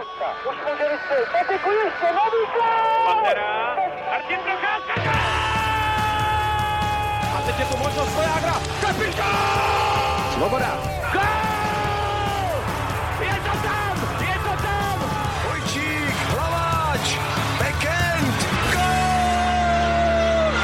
Už může vystřelit, Patiku ještě, nový gól! Pantera, Martin Procházka! A teď je tu možnost Vojágra, kapitán! Svoboda! Gól! Je to tam! Je to tam! Vojčík, Hlaváč, Bekend, gól!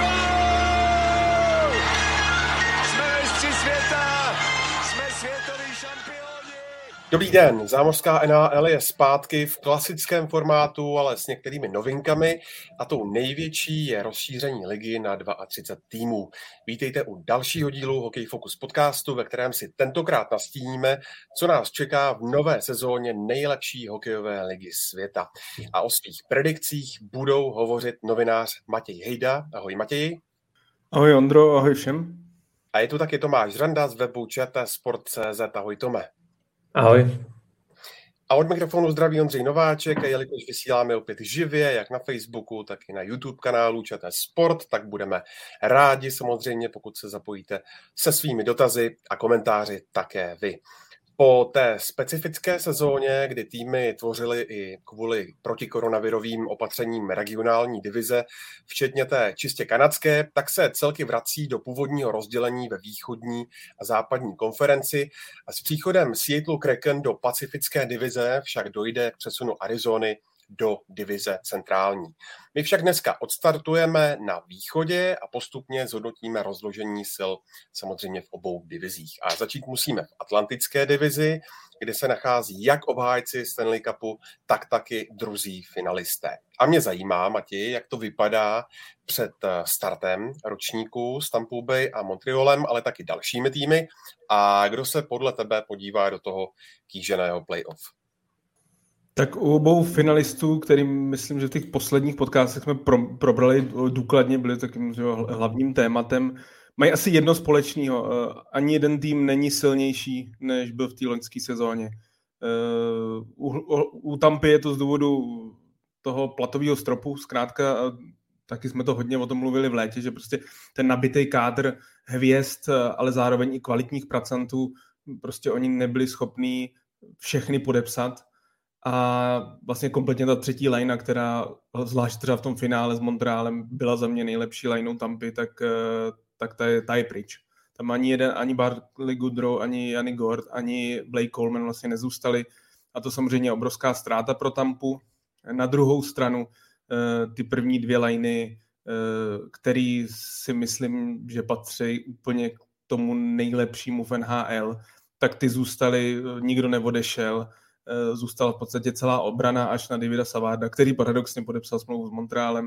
Gól! Jsme mistři světa! Jsme světoví šampioni! Dobrý den, zámořská NHL je zpátky v klasickém formátu, ale s některými novinkami a tou největší je rozšíření ligy na 32 týmů. Vítejte u dalšího dílu Hokej Focus podcastu, ve kterém si tentokrát nastíníme, co nás čeká v nové sezóně nejlepší hokejové ligy světa. A o svých predikcích budou hovořit novinář Matěj Hejda. Ahoj Matěji. Ahoj Ondro, ahoj všem. A je tu taky Tomáš Řanda z webu ČT-sport.cz. Ahoj Tome. Ahoj. A od mikrofonu zdraví Ondřej Nováček a jelikož vysíláme opět živě, jak na Facebooku, tak i na YouTube kanálu ČT Sport, tak budeme rádi samozřejmě, pokud se zapojíte se svými dotazy a komentáři také vy. Po té specifické sezóně, kdy týmy tvořily i kvůli protikoronavirovým opatřením regionální divize, včetně té čistě kanadské, tak se celky vrací do původního rozdělení ve východní a západní konferenci a s příchodem Seattle Kraken do pacifické divize však dojde k přesunu Arizony do divize centrální. My však dneska odstartujeme na východě a postupně zhodnotíme rozložení sil samozřejmě v obou divizích. A začít musíme v atlantické divizi, kde se nachází jak obhájci Stanley Cupu, tak taky druzí finalisté. A mě zajímá, Matěj, jak to vypadá před startem ročníku s Tampa Bay a Montrealem, ale taky dalšími týmy. A kdo se podle tebe podívá do toho kýženého playoff? Tak u obou finalistů, kterým myslím, že v těch posledních podcastech jsme probrali důkladně, byli takým hlavním tématem, mají asi jedno společného. Ani jeden tým není silnější, než byl v té loňské sezóně. U Tampy je to z důvodu toho platového stropu, zkrátka, taky jsme to hodně o tom mluvili v létě, že prostě ten nabitý kádr hvězd, ale zároveň i kvalitních pracantů, prostě oni nebyli schopní všechny podepsat. A vlastně kompletně ta třetí linea, která zvlášť třeba v tom finále s Montrealem byla za mě nejlepší lineou Tampy, tak ta je pryč. Tam ani Barclay Goodrow, ani Yannick Gourde, ani Blake Coleman vlastně nezůstali. A to samozřejmě je obrovská ztráta pro Tampu. Na druhou stranu ty první dvě liney, který si myslím, že patří úplně k tomu nejlepšímu v NHL, tak ty zůstaly, nikdo neodešel. Zůstala v podstatě celá obrana až na Davida Savarda, který paradoxně podepsal smlouvu s Montrealem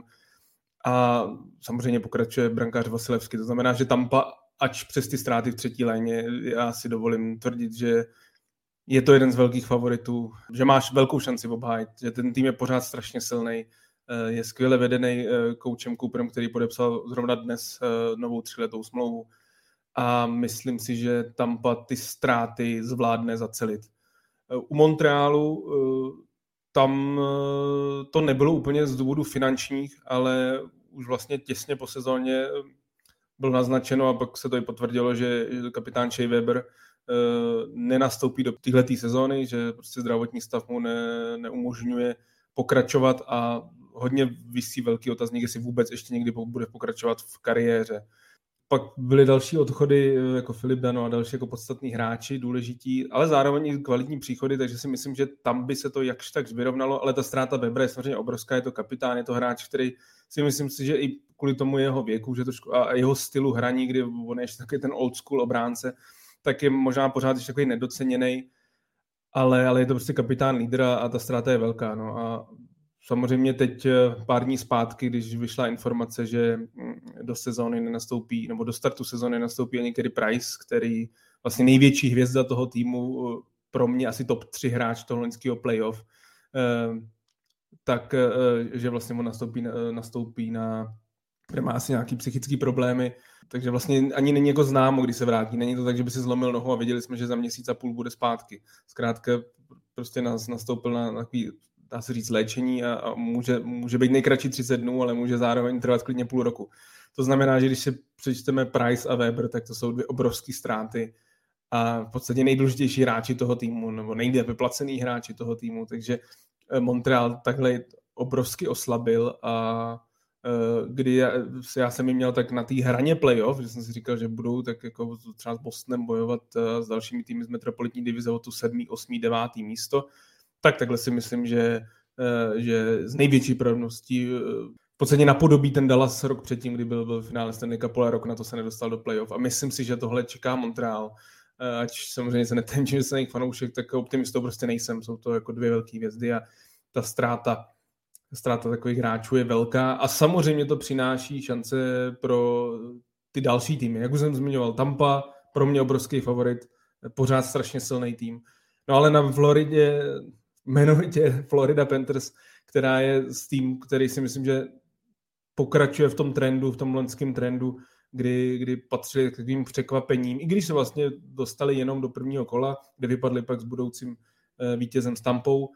a samozřejmě pokračuje brankář Vasilevský. To znamená, že Tampa, ač přes ty ztráty v třetí léně, já si dovolím tvrdit, že je to jeden z velkých favoritů, že máš velkou šanci obhájit, že ten tým je pořád strašně silný, je skvěle vedený koučem Cooperem, který podepsal zrovna dnes novou 3letou smlouvu a myslím si, že Tampa ty ztráty zvládne zacelit. U Montrealu tam to nebylo úplně z důvodu finančních, ale už vlastně těsně po sezóně bylo naznačeno a pak se to i potvrdilo, že kapitán Shea Weber nenastoupí do téhleté sezóny, že prostě zdravotní stav mu neumožňuje pokračovat a hodně visí velký otazník, jestli vůbec ještě někdy bude pokračovat v kariéře. Pak byly další odchody jako Filip Dano a další jako podstatní hráči důležití, ale zároveň i kvalitní příchody, takže si myslím, že tam by se to jakž tak vyrovnalo, ale ta ztráta Webera je samozřejmě obrovská, je to kapitán, je to hráč, který si myslím si, že i kvůli tomu jeho věku, že trošku, a jeho stylu hraní, kdy on je ještě takový ten old school obránce, tak je možná pořád ještě takový nedoceněný, ale je to prostě kapitán lídr a ta ztráta je velká. No a samozřejmě teď pár dní zpátky, když vyšla informace, že do sezóny nenastoupí, nebo do startu sezóny nenastoupí ani Carey Price, který vlastně největší hvězda toho týmu, pro mě asi top 3 hráč toho loňského playoff, tak že vlastně on nastoupí kde má asi nějaký psychický problémy, takže vlastně ani není jako známo, kdy se vrátí. Není to tak, že by si zlomil nohu a věděli jsme, že za měsíc a půl bude zpátky. Zkrátka prostě nastoupil na takový, dá se říct, léčení a může být nejkratší 30 dnů, ale může zároveň trvat klidně půl roku. To znamená, že když si přečteme Price a Weber, tak to jsou dvě obrovské ztráty a v podstatě nejdůležitější hráči toho týmu, nebo nejlépe placený hráči toho týmu, takže Montreal takhle obrovsky oslabil a kdy já jsem jim měl tak na té hraně playoff, že jsem si říkal, že budou tak jako třeba s Bostonem bojovat s dalšími týmy z metropolitní divize o tu 7., 8., 9. místo, tak takhle si myslím, že z největší pravděpodobností v podstatě napodobí ten Dallas rok předtím, kdy byl v finále Stanley Cupu, a rok na to se nedostal do playoff. A myslím si, že tohle čeká Montreal. Ať samozřejmě se netenčím, že jsem jejich fanoušek, tak optimistou prostě nejsem. Jsou to jako 2 velké hvězdy a ta ztráta takových hráčů je velká. A samozřejmě to přináší šance pro ty další týmy. Jak už jsem zmiňoval, Tampa, pro mě obrovský favorit, pořád strašně silný tým. No ale na Floridě, jmenovitě Florida Panthers, která je s tým, který si myslím, že pokračuje v tom trendu, v tom loňském trendu, kdy patřili k takovým překvapením, i když se vlastně dostali jenom do prvního kola, kde vypadli pak s budoucím vítězem s Tampou,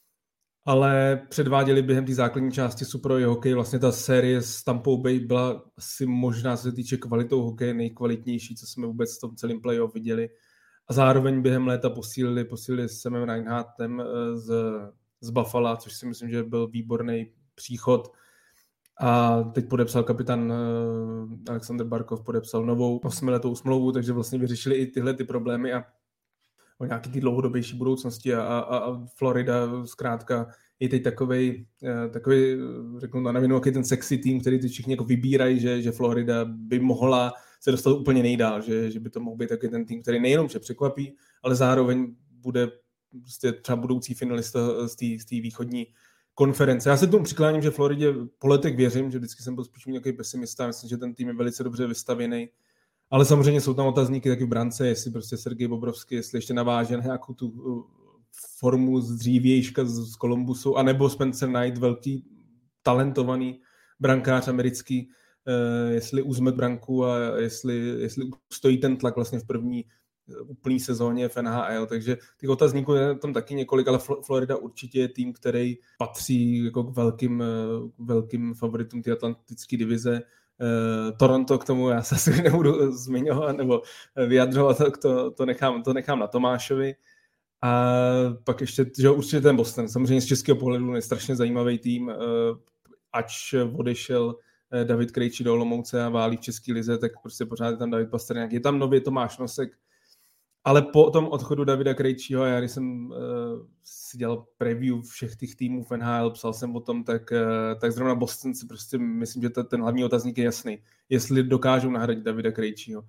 ale předváděli během té základní části superový hokej. Vlastně ta série s Tampou Bay byla asi možná, co se týče kvalitou hokeje, nejkvalitnější, co jsme vůbec v tom celém playoff viděli. A zároveň během léta posílili s Samem Reinhardtem z Buffalo, což si myslím, že byl výborný příchod. A teď podepsal kapitán Alexander Barkov, podepsal novou 8letou smlouvu, takže vlastně vyřešili i tyhle ty problémy a o nějaký ty dlouhodobější budoucnosti a Florida zkrátka je teď takovej řeknu na novinu, jaký ten sexy tým, který teď všichni jako vybírají, že Florida by mohla se dostat úplně nejdál, že by to mohl být taky ten tým, který nejenom že překvapí, ale zároveň bude prostě třeba budoucí finalista z té východní konference. Já se tomu přikláním, že Floridě po letech věřím, že vždycky jsem byl spíš nějaký pesimista, myslím, že ten tým je velice dobře vystavěný, ale samozřejmě jsou tam otazníky taky v brance, jestli prostě Sergej Bobrovský, jestli ještě naváže na nějakou tu formu z dřívějška z Columbusu, anebo Spencer Knight, velký talentovaný brankář americký, jestli uzme branku a jestli stojí ten tlak vlastně v první úplný sezóně v NHL, takže těch otazníků je tam taky několik, ale Florida určitě je tým, který patří jako k velkým favoritům té atlantické divize. Toronto k tomu já se asi nebudu zmiňovat nebo vyjadřovat, to nechám na Tomášovi. A pak ještě, že určitě ten Boston, samozřejmě z českého pohledu je strašně zajímavý tým, ač odešel David Krejčí do Olomouce a válí v české lize, tak prostě pořád je tam David Pastrňák, je tam nově Tomáš Nosek, ale po tom odchodu Davida Krejčího, já když jsem si dělal preview všech těch týmů v NHL, psal jsem o tom, tak zrovna Boston si prostě myslím, že ten hlavní otazník je jasný. Jestli dokážou nahradit Davida Krejčího.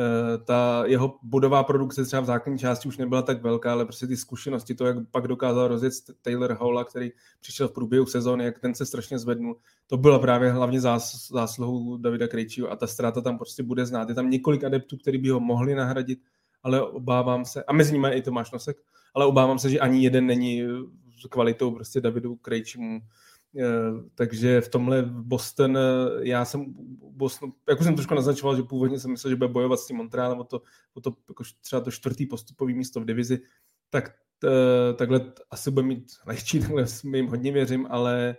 Ta jeho bodová produkce třeba v základní části už nebyla tak velká, ale prostě ty zkušenosti, to, jak pak dokázal rozjet Taylor Halla, který přišel v průběhu sezóny, jak ten se strašně zvednul, to byla právě hlavně zásluhou Davida Krejčího a ta ztráta tam prostě bude znát. Je tam několik adeptů, kteří by ho mohli nahradit, ale obávám se, a mezi nimi je i Tomáš Nosek, ale obávám se, že ani jeden není kvalitou prostě Davidu Krejčímu. Takže v tomhle Boston, já jsem jako jsem trošku naznačoval, že původně jsem myslel, že bude bojovat s tím Montrealem o to jako třeba to 4. postupový místo v divizi, tak takhle asi bude mít lehčí, takhle jim hodně věřím, ale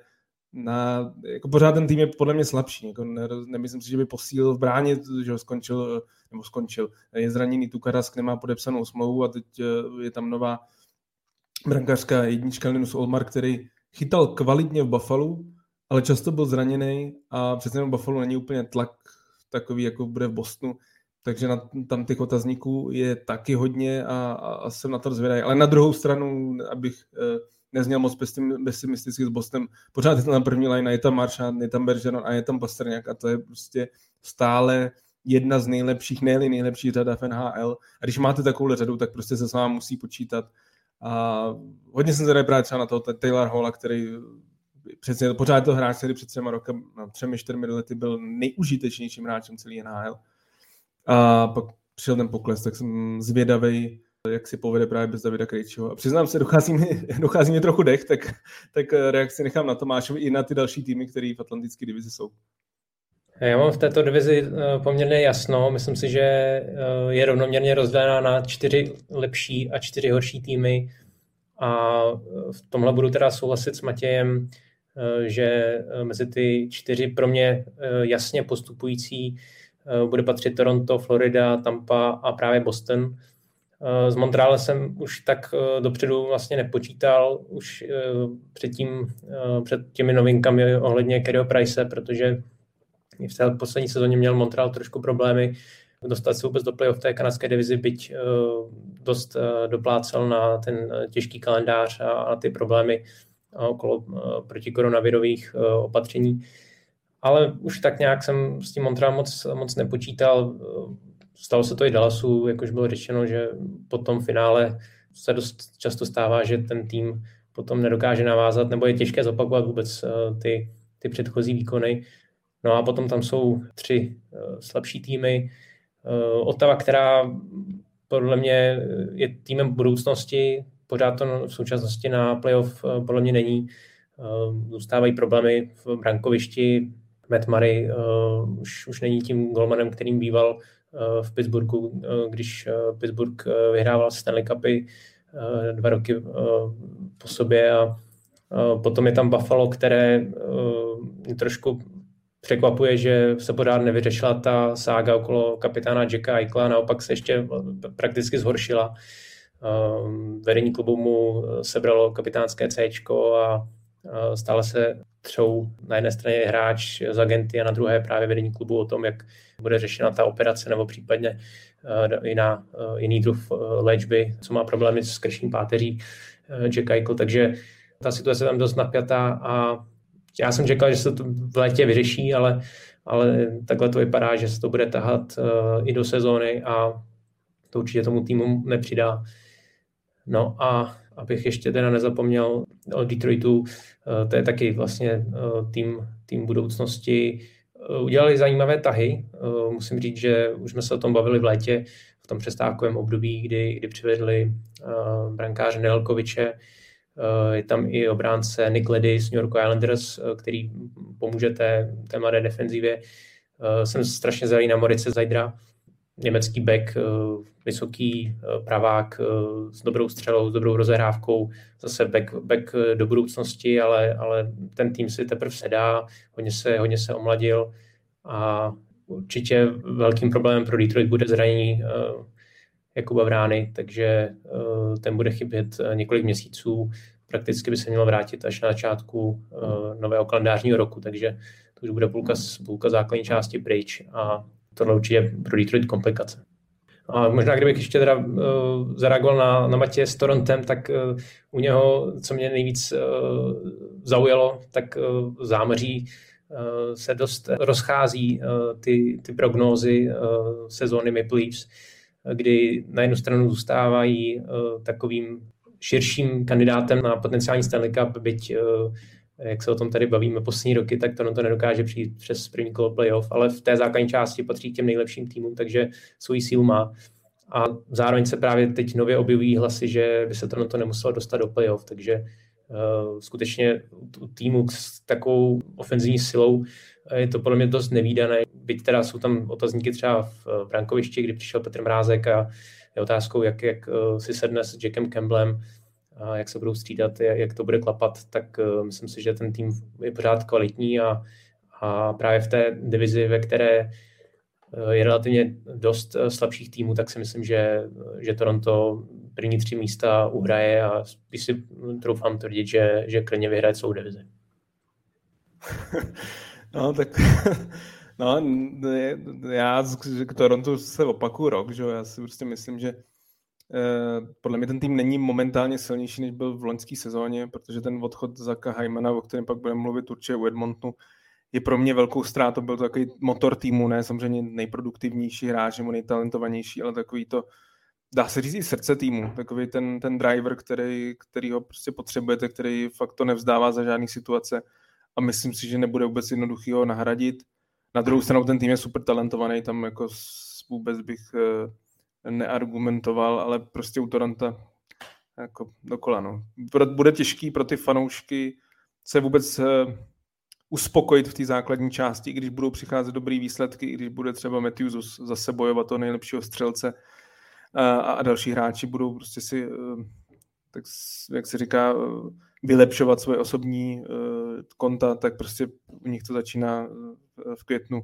jako pořád ten tým je podle mě slabší. Jako nemyslím si, že by posílil v bráně, že ho skončil. Je zraněný Tukarask, nemá podepsanou smlouvu a teď je tam nová brankářská jednička Linus Ullmark, který chytal kvalitně v Buffalo, ale často byl zraněný a přece jenom v Buffalo není úplně tlak takový, jako bude v Bostonu, takže tam těch otazníků je taky hodně a jsem na to zvědavý. Ale na druhou stranu, abych nezněl moc pesimisticky s Bostonem, pořád je tam na první line, je tam Marchand, je tam Bergeron a je tam Pastrňák a to je prostě stále jedna z nejlepších, ne-li nejlepší řada v NHL. A když máte takovou řadu, tak prostě se s vámi musí počítat. A hodně jsem zvedal právě třeba na toho Taylor Halla, který přesně pořád to hráč, který před 3-4 lety byl nejužitečnějším hráčem celý NHL. A pak přišel ten pokles, tak jsem zvědavej, jak si povede právě bez Davida Krejčího. A přiznám se, dochází mi trochu dech, tak reakci nechám na Tomášovi i na ty další týmy, které v atlantické divizi jsou. Já mám v této divizi poměrně jasno. Myslím si, že je rovnoměrně rozdělená na 4 lepší a 4 horší týmy. A v tomhle budu teda souhlasit s Matějem, že mezi ty 4 pro mě jasně postupující bude patřit Toronto, Florida, Tampa a právě Boston. S Montrealem jsem už tak dopředu vlastně nepočítal, už před těmi novinkami ohledně Careyho Price, protože v té poslední sezóně měl Montreal trošku problémy dostat se vůbec do playoff té kanadské divizi, byť dost doplácel na ten těžký kalendář a ty problémy okolo protikoronavirových opatření. Ale už tak nějak jsem s tím Montreal moc nepočítal. Stalo se to i Dallasu, jak už bylo řečeno, že po tom finále se dost často stává, že ten tým potom nedokáže navázat, nebo je těžké zopakovat vůbec ty předchozí výkony. No a potom tam jsou 3 slabší týmy. Ottawa, která podle mě je týmem budoucnosti, pořád to v současnosti na playoff podle mě není. Zůstávají problémy v brankovišti. Matt Murray už není tím golmanem, kterým býval v Pittsburghu, když Pittsburgh vyhrával Stanley Cupy 2 roky po sobě. A potom je tam Buffalo, které trošku překvapuje, že se pořád nevyřešila ta sága okolo kapitána Jacka Eichla, naopak se ještě prakticky zhoršila. Vedení klubu mu sebralo kapitánské C-čko a stále se třou na jedné straně hráč z agenty a na druhé právě vedení klubu o tom, jak bude řešena ta operace nebo případně jiný druh léčby, co má problémy s krční páteří Jack Eichel, takže ta situace je tam dost napjatá a já jsem čekal, že se to v létě vyřeší, ale takhle to vypadá, že se to bude tahat i do sezóny a to určitě tomu týmu nepřidá. No a abych ještě teda nezapomněl o Detroitu, to je taky vlastně tým budoucnosti. Udělali zajímavé tahy. Musím říct, že už jsme se o tom bavili v létě, v tom přestávkovém období, kdy přivedli brankáře Nedeljkoviče. Je tam i obránce Nick Leddy z New York Islanders, který pomůže té mladé defenzivě. Jsem strašně zvědavý na Moritze Zajdra, německý back, vysoký pravák s dobrou střelou, s dobrou rozehrávkou, zase back do budoucnosti, ale ten tým si teprve sedá, hodně se omladil a určitě velkým problémem pro Detroit bude zranění Jakuba Vrány, takže ten bude chybět několik měsíců. Prakticky by se mělo vrátit až na začátku nového kalendářního roku, takže to už bude půlka základní části pryč a tohle určitě pro Detroit komplikace. A možná kdybych ještě teda zareagoval na Matěje s Torontem, tak u něho, co mě nejvíc zaujalo, tak v zámoří se dost rozchází ty prognózy sezóny Maple Leafs, kdy na jednu stranu zůstávají takovým širším kandidátem na potenciální Stanley Cup, byť jak se o tom tady bavíme poslední roky, tak to nedokáže přijít přes první kolo playoff, ale v té základní části patří k těm nejlepším týmům, takže svoji sílu má. A zároveň se právě teď nově objevují hlasy, že by se to nemuselo dostat do playoff, takže skutečně u týmu s takovou ofenzivní silou je to podle mě dost nevídané. Byť teda jsou tam otazníky třeba v brankovišti, kdy přišel Petr Mrázek a je otázkou, jak si sedne s Jackem Campbellem, a jak se budou střídat, jak to bude klapat, tak myslím si, že ten tým je pořád kvalitní a právě v té divizi, ve které je relativně dost slabších týmů, tak si myslím, že Toronto první 3 místa uhraje a spíš si troufám tvrdit, že klidně vyhraje celou divizi. No, tak no, já k Torontu se opakuju rok, že já si prostě myslím, že podle mě ten tým není momentálně silnější, než byl v loňské sezóně, protože ten odchod Zacka Hymana, o kterém pak budeme mluvit určitě u Edmontonu, je pro mě velkou ztrátou. Byl to takový motor týmu, ne samozřejmě nejproduktivnější hráč, nebo nejtalentovanější, ale takový to, dá se říct i srdce týmu, takový ten driver, který ho prostě potřebujete, který fakt to nevzdává za žádný situace a myslím si, že nebude vůbec jednoduchý ho nahradit. Na druhou stranu ten tým je super talentovaný, tam jako vůbec bych neargumentoval, ale prostě u Toronto jako dokola. No. Bude těžký pro ty fanoušky se vůbec uspokojit v té základní části, i když budou přicházet dobrý výsledky, i když bude třeba Matthews zase bojovat toho nejlepšího střelce a další hráči budou prostě si, tak jak se říká, vylepšovat svoje osobní konta, tak prostě u nich to začíná v květnu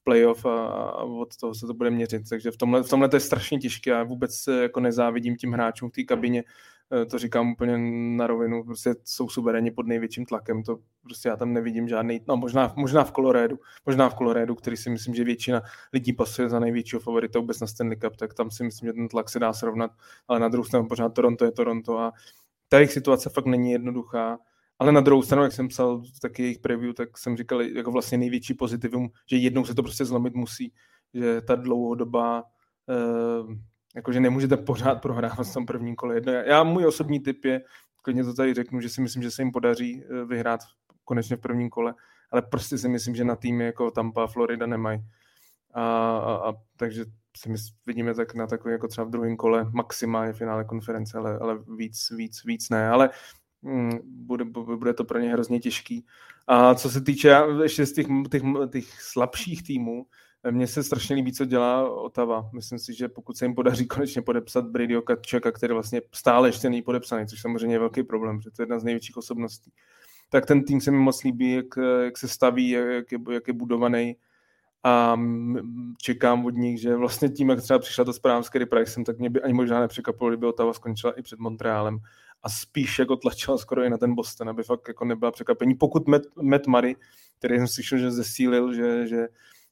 v playoff a od toho se to bude měřit. Takže v tomhle to je strašně těžké. Já vůbec jako nezávidím tím hráčům v té kabině. To říkám úplně na rovinu. Prostě jsou suverénně pod největším tlakem. To prostě já tam nevidím žádný, no možná v Colorédu, který si myslím, že většina lidí pasuje za největšího favorita vůbec na Stanley Cup, tak tam si myslím, že ten tlak se dá srovnat, ale na druhou stranu pořád Toronto je Toronto a ta jejich situace fakt není jednoduchá. Ale na druhou stranu, jak jsem psal taky jejich preview, tak jsem říkal jako vlastně největší pozitivum, že jednou se to prostě zlomit musí, že ta dlouhodobá, jakože nemůžete pořád prohrávat v tom prvním kole. Můj osobní tip je, klidně to tady řeknu, že si myslím, že se jim podaří vyhrát konečně v prvním kole, ale prostě si myslím, že na týmy jako Tampa a Florida nemají. A takže vidíme tak na takový jako třeba v druhém kole maximálně finále konference, ale víc ne, ale bude to pro ně hrozně těžký. A co se týče ještě z těch slabších týmů, mně se strašně líbí, co dělá Ottawa. Myslím si, že pokud se jim podaří konečně podepsat Bradyho Tkachukka, který vlastně stále ještě není podepsaný, což samozřejmě je velký problém, protože to je jedna z největších osobností, tak ten tým se mi moc líbí, jak se staví, jak je budovaný. A čekám od nich, že vlastně tím, jak třeba přišla ta zpráva s Carey Pricem, tak mě by ani možná nepřekvapilo, kdyby Ottawa skončila i před Montrealem a spíš jako tlačila skoro i na ten Boston, aby fakt jako nebyla překvapení. Pokud Matt Murray, který jsem slyšel, že zesílil, že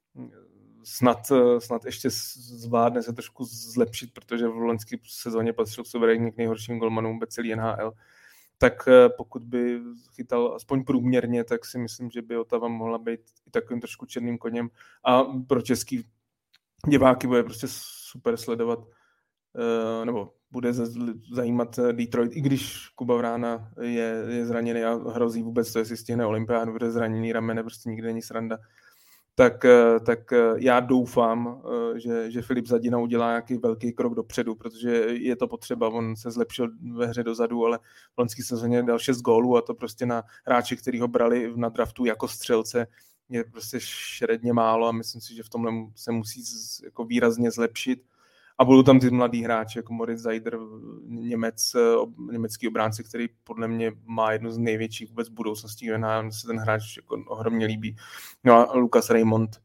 snad ještě zvládne se trošku zlepšit, protože v loňské sezóně patřil suverénně k nejhorším golmanům vůbec celý NHL, tak pokud by chytal aspoň průměrně, tak si myslím, že by Ottawa mohla být i takovým trošku černým koněm a pro český diváky bude prostě super sledovat, nebo bude zajímat Detroit, i když Kuba Vrána je zraněný a hrozí vůbec to, jestli stihne olympiádu, bude zraněný ramene, prostě nikdy není sranda. Tak já doufám, že Filip Zadina udělá nějaký velký krok dopředu, protože je to potřeba. On se zlepšil ve hře dozadu, ale v loňské sezóně dal 6 gólů a to prostě na hráči, který ho brali na draftu jako střelce, je prostě šeredně málo a myslím si, že v tomhle se musí jako výrazně zlepšit. A budou tam ty mladý hráči, jako Moritz Seider, německý obránce, který podle mě má jednu z největších vůbec budoucností. Mně se ten hráč jako ohromně líbí. No a Lucas Raymond,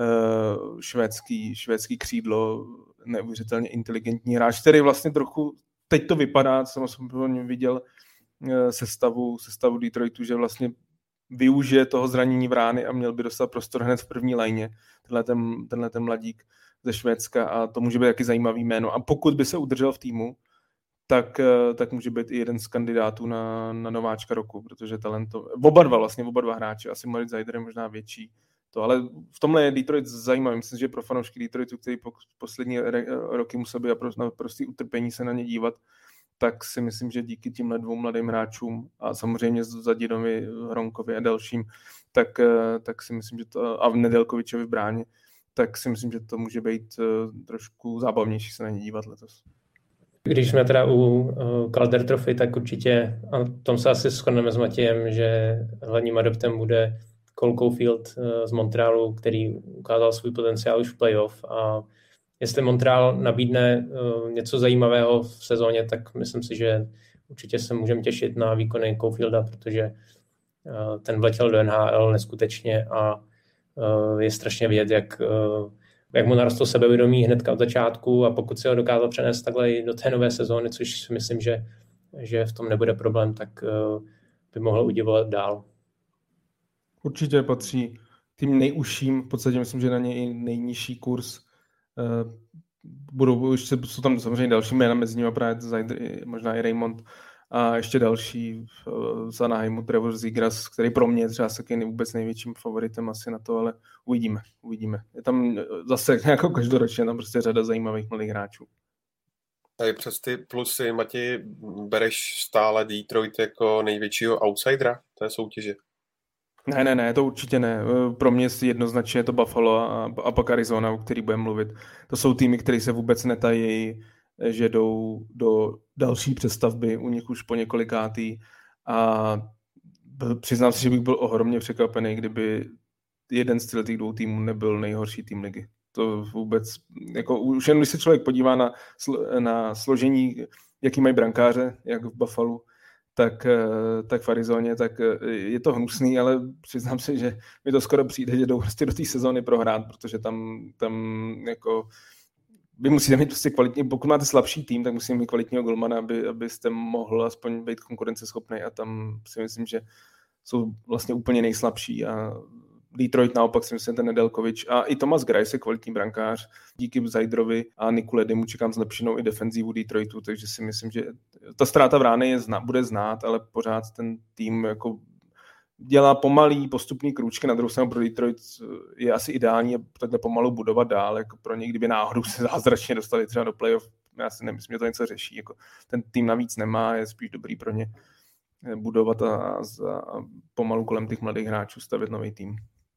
švédský křídlo, neuvěřitelně inteligentní hráč, který vlastně trochu, teď to vypadá, co jsem viděl sestavu Detroitu, že vlastně využije toho zranění Vrány a měl by dostat prostor hned v první lajně, tenhle ten mladík ze Švédska a to může být taky zajímavý jméno. A pokud by se udržel v týmu, tak může být i jeden z kandidátů na nováčka roku, protože oba dva hráči, asi Moritz Seider je možná větší, ale v tomhle je Detroit zajímavý. Myslím, že pro fanoušky Detroitu, který poslední roky musel být na prostý utrpení se na ně dívat, tak si myslím, že díky těmhle dvou mladým hráčům a samozřejmě Zadinovi, Hronkovi a dalším, tak si myslím, že to a Nedeljkovičovi v bráně, tak si myslím, že to může být trošku zábavnější se na ně dívat letos. Když jsme teda u Calder Trophy, tak určitě, a tom se asi shodneme s Matějem, že hlavním adeptem bude Cole Caulfield z Montrealu, který ukázal svůj potenciál už v playoff a jestli Montreal nabídne něco zajímavého v sezóně, tak myslím si, že určitě se můžeme těšit na výkony Caulfielda, protože ten vletěl do NHL neskutečně a je strašně vidět, jak mu narostlo sebevědomí hnedka od začátku a pokud se ho dokázal přenést takhle i do té nové sezóny, což myslím, že v tom nebude problém, tak by mohl udivovat dál. Určitě patří tím nejužším, v podstatě myslím, že na něj i nejnižší kurz. Jsou tam samozřejmě další jména, mezi nimi právě Seider, možná i Raymond a ještě další z Anaheimu Trevor Zegras, který pro mě třeba taky vůbec největším favoritem asi na to, ale uvidíme. Je tam zase jako každoročně tam prostě řada zajímavých mladých hráčů. A i přes ty plusy, Mati, bereš stále Detroit jako největšího outsidera té soutěže? Ne, to určitě ne. Pro mě jednoznačně je to Buffalo a pak Arizona, o který budeme mluvit. To jsou týmy, které se vůbec netají, že jdou do další přestavby, u nich už po několikátý a přiznám se, že bych byl ohromně překvapený, kdyby jeden z těch dvou týmů nebyl nejhorší tým ligy. To vůbec, jako už jen když se člověk podívá na složení, jaký mají brankáře, jak v Buffalo, tak v Arizoně, tak je to hnusný, ale přiznám se, že mi to skoro přijde, že jdou prostě do té sezóny prohrát, protože tam jako vy musíte mít prostě kvalitní, pokud máte slabší tým, tak musíte mít kvalitního golmana, abyste mohl aspoň být konkurenceschopný a tam si myslím, že jsou vlastně úplně nejslabší a Detroit naopak si myslím, ten Nedeljkovič a i Thomas Greiss je kvalitní brankář. Díky Zajdrovi a Niku Leddymu čekám zlepšenou i defenzivu Detroitu, takže si myslím, že ta ztráta v rány bude znát, ale pořád ten tým jako dělá pomalý postupný krůčky, na druhou stranu pro Detroit je asi ideální takhle pomalu budovat dál, jako pro ně, kdyby náhodou se zázračně dostali třeba do playoff, já si nemyslím, že to něco řeší, jako ten tým navíc nemá, je spíš dobrý pro ně budovat a pomalu kolem těch mladých hráčů stavět nový tým.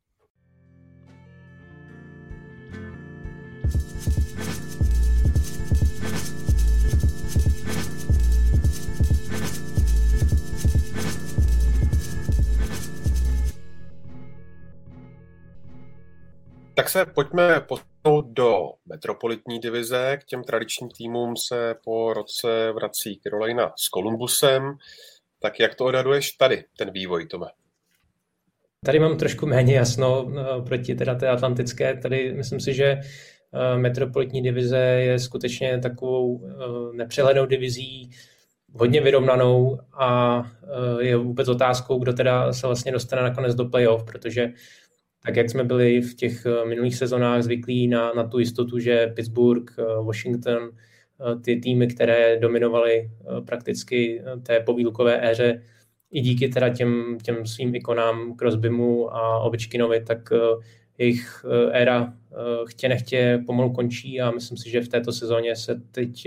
Tak se pojďme posunout do metropolitní divize. K těm tradičním týmům se po roce vrací Carolina s Columbusem. Tak jak to odhaduješ tady, ten vývoj, Tome? Tady mám trošku méně jasno proti teda té atlantické. Tady myslím si, že metropolitní divize je skutečně takovou nepřehlednou divizí, hodně vyrovnanou a je vůbec otázkou, kdo teda se vlastně dostane nakonec do playoff, protože tak jak jsme byli v těch minulých sezonách zvyklí na tu jistotu, že Pittsburgh, Washington, ty týmy, které dominovaly prakticky té povýlukové éře, i díky teda těm svým ikonám Crosbymu a Ovečkinovi, tak jejich éra chtě nechtě pomalu končí a myslím si, že v této sezóně se teď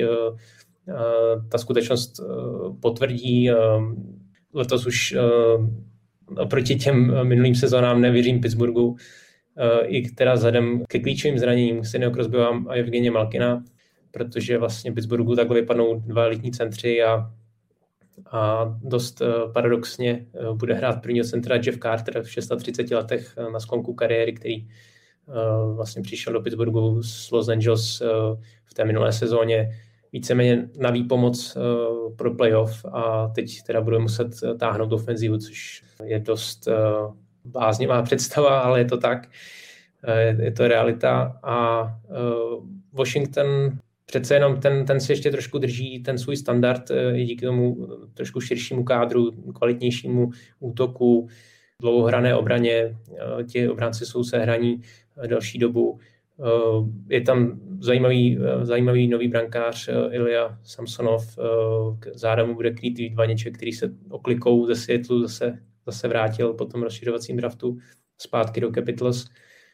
ta skutečnost potvrdí. Letos už oproti těm minulým sezónám nevěřím Pittsburghu, i teda vzhledem ke klíčovým zraněním Sidneyho Crosbyho a Evgenia Malkina, protože vlastně Pittsburghu takhle vypadnou dva elitní centři a dost paradoxně bude hrát prvního centra Jeff Carter v 36 letech na sklonku kariéry, který vlastně přišel do Pittsburghu z Los Angeles v té minulé sezóně víceméně na výpomoc pro playoff a teď teda bude muset táhnout ofenzivu, což je dost bláznivá představa, ale je to tak, je to realita a Washington přece jenom ten si ještě trošku drží ten svůj standard i díky tomu trošku širšímu kádru, kvalitnějšímu útoku, dlouhohrané obraně, ti obránci jsou sehraní delší dobu. Je tam zajímavý nový brankář Ilya Samsonov, záda mu bude krýt Vaněček, který se oklikou ze Seattlu zase vrátil po tom rozšiřovacím draftu zpátky do Capitals.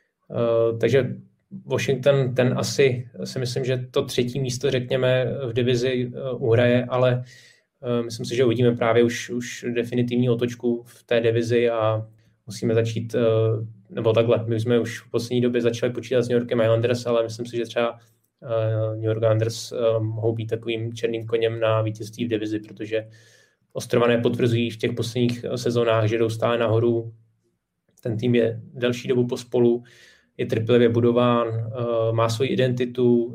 Takže Washington, ten asi si myslím, že to třetí místo, řekněme, v divizi uhraje, ale myslím si, že uvidíme právě už definitivní otočku v té divizi a musíme začít, nebo takhle, my jsme už v poslední době začali počítat s New Yorkem Islanders, ale myslím si, že třeba New York Islanders mohou být takovým černým koněm na vítězství v divizi, protože Ostrované potvrzují v těch posledních sezónách, že jdou stále nahoru. Ten tým je delší dobu pospolu, je trpělivě budován, má svoji identitu,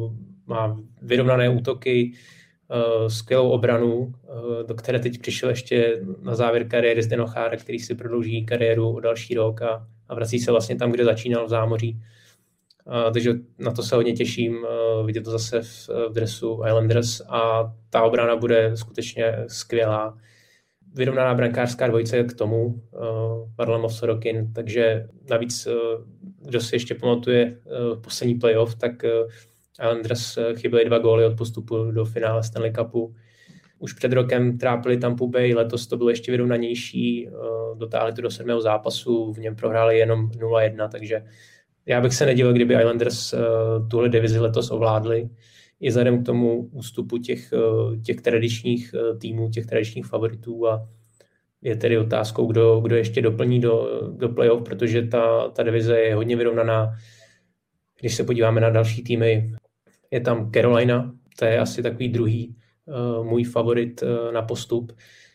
má vyrovnané útoky, skvělou obranu, do které teď přišel ještě na závěr kariéry Zdeno Chara, který si prodlouží kariéru o další rok a vrací se vlastně tam, kde začínal v zámoří. Takže na to se hodně těším, vidět to zase v dresu Islanders a ta obrana bude skutečně skvělá. Vyrovnaná brankářská dvojice k tomu, Varlamov Sorokin, takže navíc, kdo si ještě pamatuje poslední playoff, tak Islanders chyběli 2 góly od postupu do finále Stanley Cupu. Už před rokem trápili Tampa Bay, letos to bylo ještě vyrovnanější, dotáhli to do 7. zápasu, v něm prohráli jenom 0-1, takže já bych se nedivil, kdyby Islanders tuhle divizi letos ovládli, i vzhledem k tomu ústupu těch tradičních týmů, těch tradičních favoritů a je tedy otázkou, kdo ještě doplní do playoff, protože ta divize je hodně vyrovnaná. Když se podíváme na další týmy, je tam Carolina, to je asi takový druhý můj favorit na postup,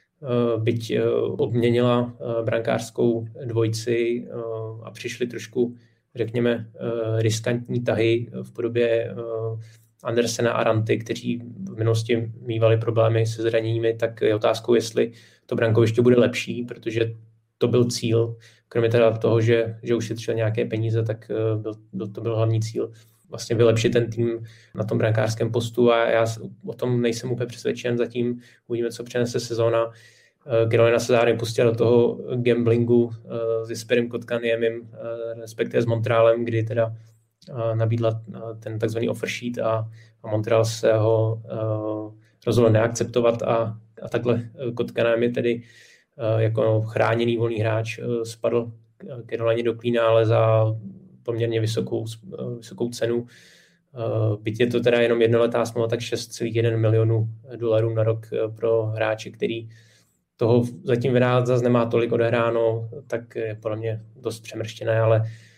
byť obměnila brankářskou dvojici a přišli trošku, řekněme, riskantní tahy v podobě Andersena a Ranty, kteří v minulosti mívali problémy se zraněními, tak je otázkou, jestli to brankoviště bude lepší, protože to byl cíl, kromě teda toho, že ušetřil nějaké peníze, tak to byl hlavní cíl vlastně vylepšit ten tým na tom brankářském postu a já o tom nejsem úplně přesvědčen zatím. Uvidíme, co přinese sezóna. Carolina se zároveň pustila do toho gamblingu s Jesperem Kotkaniemem, respektive s Montrealem, kdy teda nabídla ten takzvaný offer sheet a Montreal se ho rozhodl neakceptovat a takhle Kotkaniem je tedy jako chráněný volný hráč spadl Carolině do klína, ale za poměrně vysokou cenu. Byť je to teda jenom jednoletá smlouva, tak $6,1 milionu na rok pro hráče, který toho zatím vyhrát zase nemá tolik odehráno, tak je podle mě dost přemrštěné, ale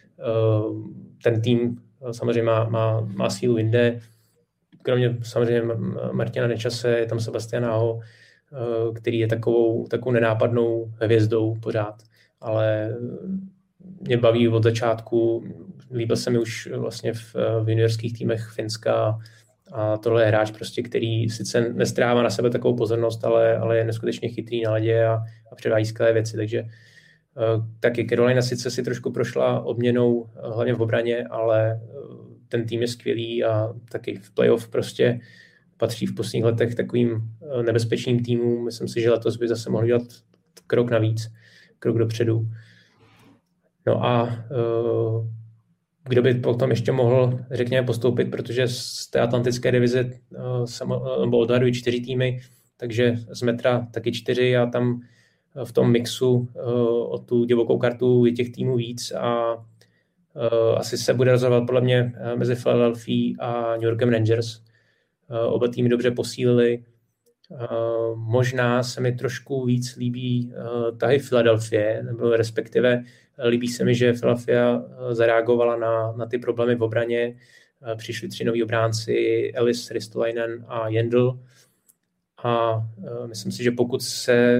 ten tým samozřejmě má sílu jinde. Kromě samozřejmě Martina Nečase je tam Sebastian Aho, který je takovou nenápadnou hvězdou pořád, ale mě baví od začátku, líbil se mi už vlastně v juniorských týmech Finska a tohle je hráč prostě, který sice nestrává na sebe takovou pozornost, ale je neskutečně chytrý na ledě a předvádí skvělé věci, takže taky Carolina sice si trošku prošla obměnou hlavně v obraně, ale ten tým je skvělý a taky v playoff prostě patří v posledních letech takovým nebezpečným týmům. Myslím si, že letos by zase mohli dělat krok navíc, krok dopředu. No a kdo by potom ještě mohl, řekněme, postoupit, protože z té atlantické divize odhadují 4 týmy, takže z metra taky 4 a tam v tom mixu o tu divokou kartu je těch týmů víc a asi se bude rozhodovat podle mě mezi Philadelphia a New Yorkem Rangers. Oba týmy dobře posílili. Možná se mi trošku víc líbí tahy Philadelphia, nebo respektive líbí se mi, že Philadelphia zareagovala na ty problémy v obraně. Přišli 3 noví obránci, Ellis, Ristolainen a Jendl. A myslím si, že pokud se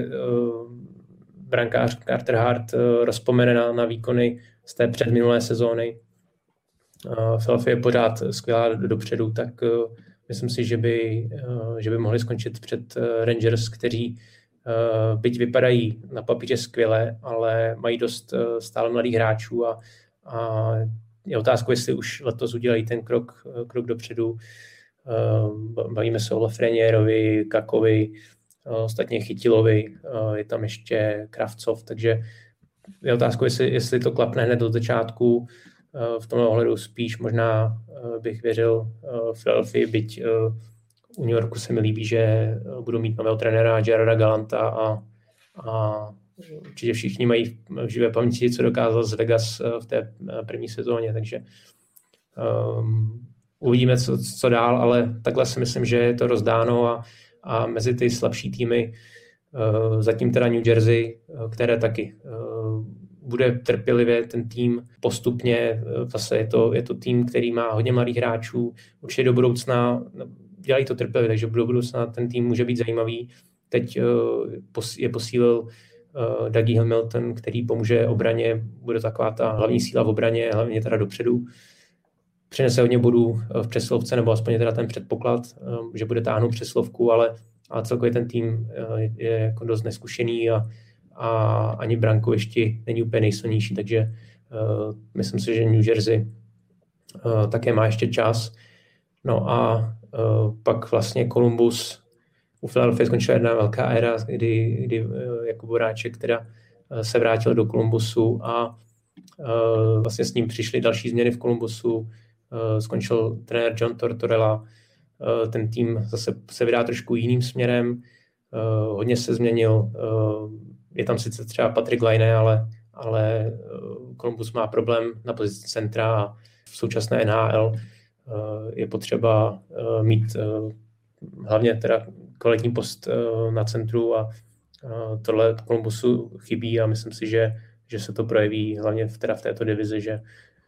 brankář Carter Hart rozpomene na výkony z té předminulé sezóny, Philadelphia je pořád skvělá dopředu, tak myslím si, že by mohli skončit před Rangers, kteří byť vypadají na papíře skvěle, ale mají dost stále mladých hráčů a je otázkou, jestli už letos udělají ten krok dopředu. Bavíme se o Lafrenierovi, Kakovi, ostatně Chytilovi, je tam ještě Kravcov, takže je otázkou, jestli to klapne hned od začátku. V tomhle ohledu spíš možná bych věřil Philadelphia, byť u New Yorku se mi líbí, že budou mít nového trenéra Gerarda Gallanta a určitě všichni mají v živé paměti, co dokázal z Vegas v té první sezóně, takže uvidíme, co dál, ale takhle si myslím, že je to rozdáno a mezi ty slabší týmy zatím teda New Jersey, které taky bude trpělivě ten tým postupně, zase je to tým, který má hodně mladých hráčů, určitě do budoucna dělají to trpělivě, takže do budoucna ten tým může být zajímavý. Teď je posílil Dougie Hamilton, který pomůže obraně, bude taková ta hlavní síla v obraně, hlavně teda dopředu. Přinese hodně bodů v přeslovce, nebo aspoň teda ten předpoklad, že bude táhnout přeslovku, ale celkově ten tým je jako dost neskušený a ani brankovišti není úplně nejsilnější, takže myslím si, že New Jersey také má ještě čas. No a pak vlastně Columbus, u Philadelphia skončila jedna velká éra, kdy Jakub Voráček teda se vrátil do Columbusu a vlastně s ním přišly další změny v Columbusu. Skončil trenér John Tortorella, ten tým zase se vydá trošku jiným směrem, hodně se změnil, je tam sice třeba Patrick Laine, ale Columbus má problém na pozici centra a v současné NHL je potřeba mít hlavně teda kvalitní post na centru a tohle Columbusu chybí a myslím si, že se to projeví hlavně v této divizi, že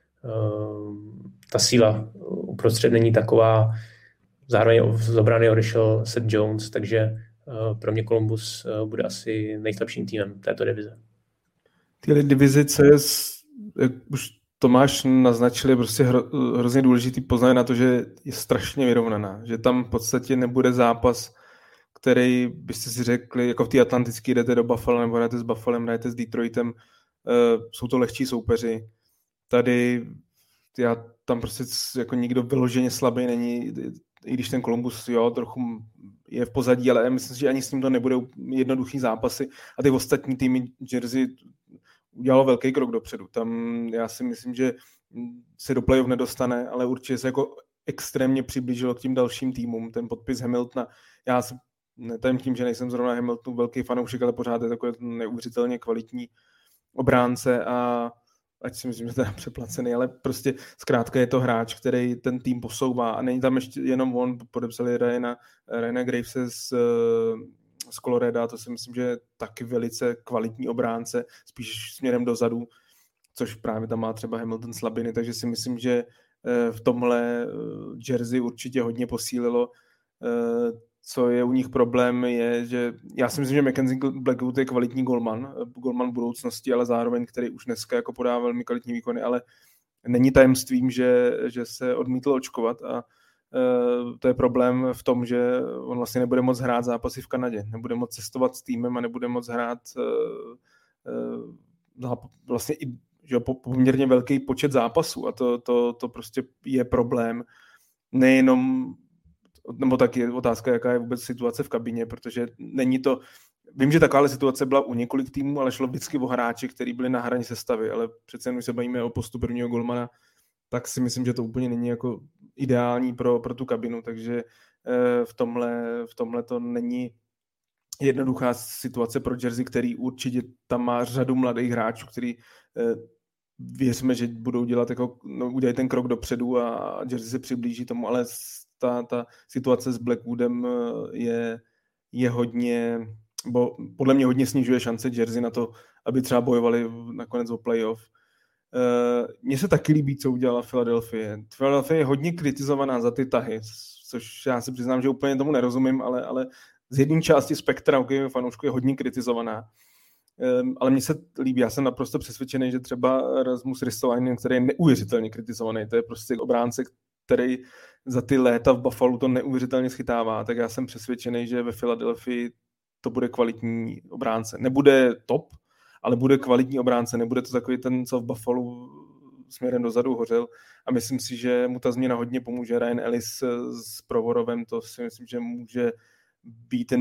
ta síla uprostřed není taková. Zároveň z obrany odešel Seth Jones, takže pro mě Columbus bude asi nejslabším týmem této divize. Tyhle divize, co je, jak už Tomáš naznačil, je prostě hrozně důležitý poznat na to, že je strašně vyrovnaná, že tam v podstatě nebude zápas, který byste si řekli, jako v té atlantické jdete do Buffalo, nebo hrajete s Buffalem, hrajete s Detroitem, jsou to lehčí soupeři. Tady tam prostě jako nikdo vyloženě slabý není, i když ten Columbus, jo, trochu je v pozadí, ale myslím si, že ani s ním to nebude jednoduchý zápasy a ty ostatní týmy Jersey udělalo velký krok dopředu. Tam já si myslím, že se do playoff nedostane, ale určitě se jako extrémně přiblížilo k tím dalším týmům. Ten podpis Hamiltona, já si netajím tím, že nejsem zrovna Hamiltonu velký fanoušek, ale pořád je takový neuvěřitelně kvalitní obránce a ať si myslím, že to je přeplacený, ale prostě zkrátka je to hráč, který ten tým posouvá a není tam ještě jenom on, podepsali Ryana Gravese z Colorado, to si myslím, že je taky velice kvalitní obránce, spíš směrem dozadu, což právě tam má třeba Hamilton slabiny, takže si myslím, že v tomhle Jersey určitě hodně posílilo. Co je u nich problém, je, že já si myslím, že Mackenzie Blackwood je kvalitní golman budoucnosti, ale zároveň, který už dneska jako podá velmi kvalitní výkony, ale není tajemstvím, že se odmítl očkovat a to je problém v tom, že on vlastně nebude moc hrát zápasy v Kanadě, nebude moc cestovat s týmem a nebude moc hrát vlastně i že poměrně velký počet zápasů a to prostě je problém. Nejenom, nebo taky je otázka, jaká je vůbec situace v kabině, protože není to, vím, že taková situace byla u několik týmů, ale šlo vždycky o hráči, kteří byli na hraně sestavy, ale přece jen se bavíme o postu prvního golmana, tak si myslím, že to úplně není jako ideální pro tu kabinu, takže v tomhle to není jednoduchá situace pro Jersey, který určitě tam má řadu mladých hráčů, který věříme, že budou dělat udělají ten krok dopředu a Jersey se přiblíží tomu, ale ta situace s Blackwoodem je hodně, podle mě hodně snižuje šance Jersey na to, aby třeba bojovali nakonec o playoff. Mně se taky líbí, co udělala Philadelphia. Philadelphia je hodně kritizovaná za ty tahy, což já si přiznám, že úplně tomu nerozumím, ale z jedné části spektra fanoušků je hodně kritizovaná. Ale mně se líbí, já jsem naprosto přesvědčený, že třeba Rasmus Ristolainen, který je neuvěřitelně kritizovaný, to je prostě obránce, který za ty léta v Buffalo to neuvěřitelně schytává, tak já jsem přesvědčený, že ve Philadelphii to bude kvalitní obránce. Nebude top, ale bude kvalitní obránce, nebude to takový ten, co v Buffalo směrem dozadu hořel a myslím si, že mu ta změna hodně pomůže. Ryan Ellis s Provorovem, to si myslím, že může být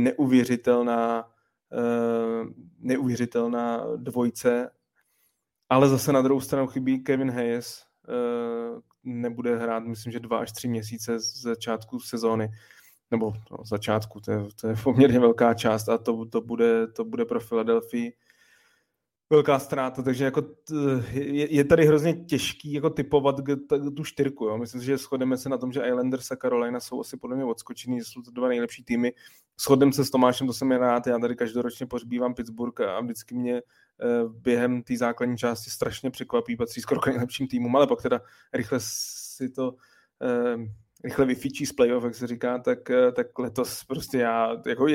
neuvěřitelná dvojce, ale zase na druhou stranu chybí Kevin Hayes, nebude hrát, myslím, že 2 až 3 měsíce z začátku sezóny, nebo začátku, to je poměrně velká část a to bude pro Philadelphii velká ztráta, takže jako je tady hrozně těžký jako typovat tu čtyřku. Jo. Myslím si, že shodneme se na tom, že Islanders a Carolina jsou asi podle mě odskočený, že jsou to 2 nejlepší týmy. Shodneme se s Tomášem, to jsem rád, já tady každoročně pohřbívám Pittsburgh a vždycky mě během té základní části strašně překvapí, patří skoro k nejlepším týmům, ale pak teda rychle si to rychle vyfičí z playoff, jak se říká, tak letos prostě já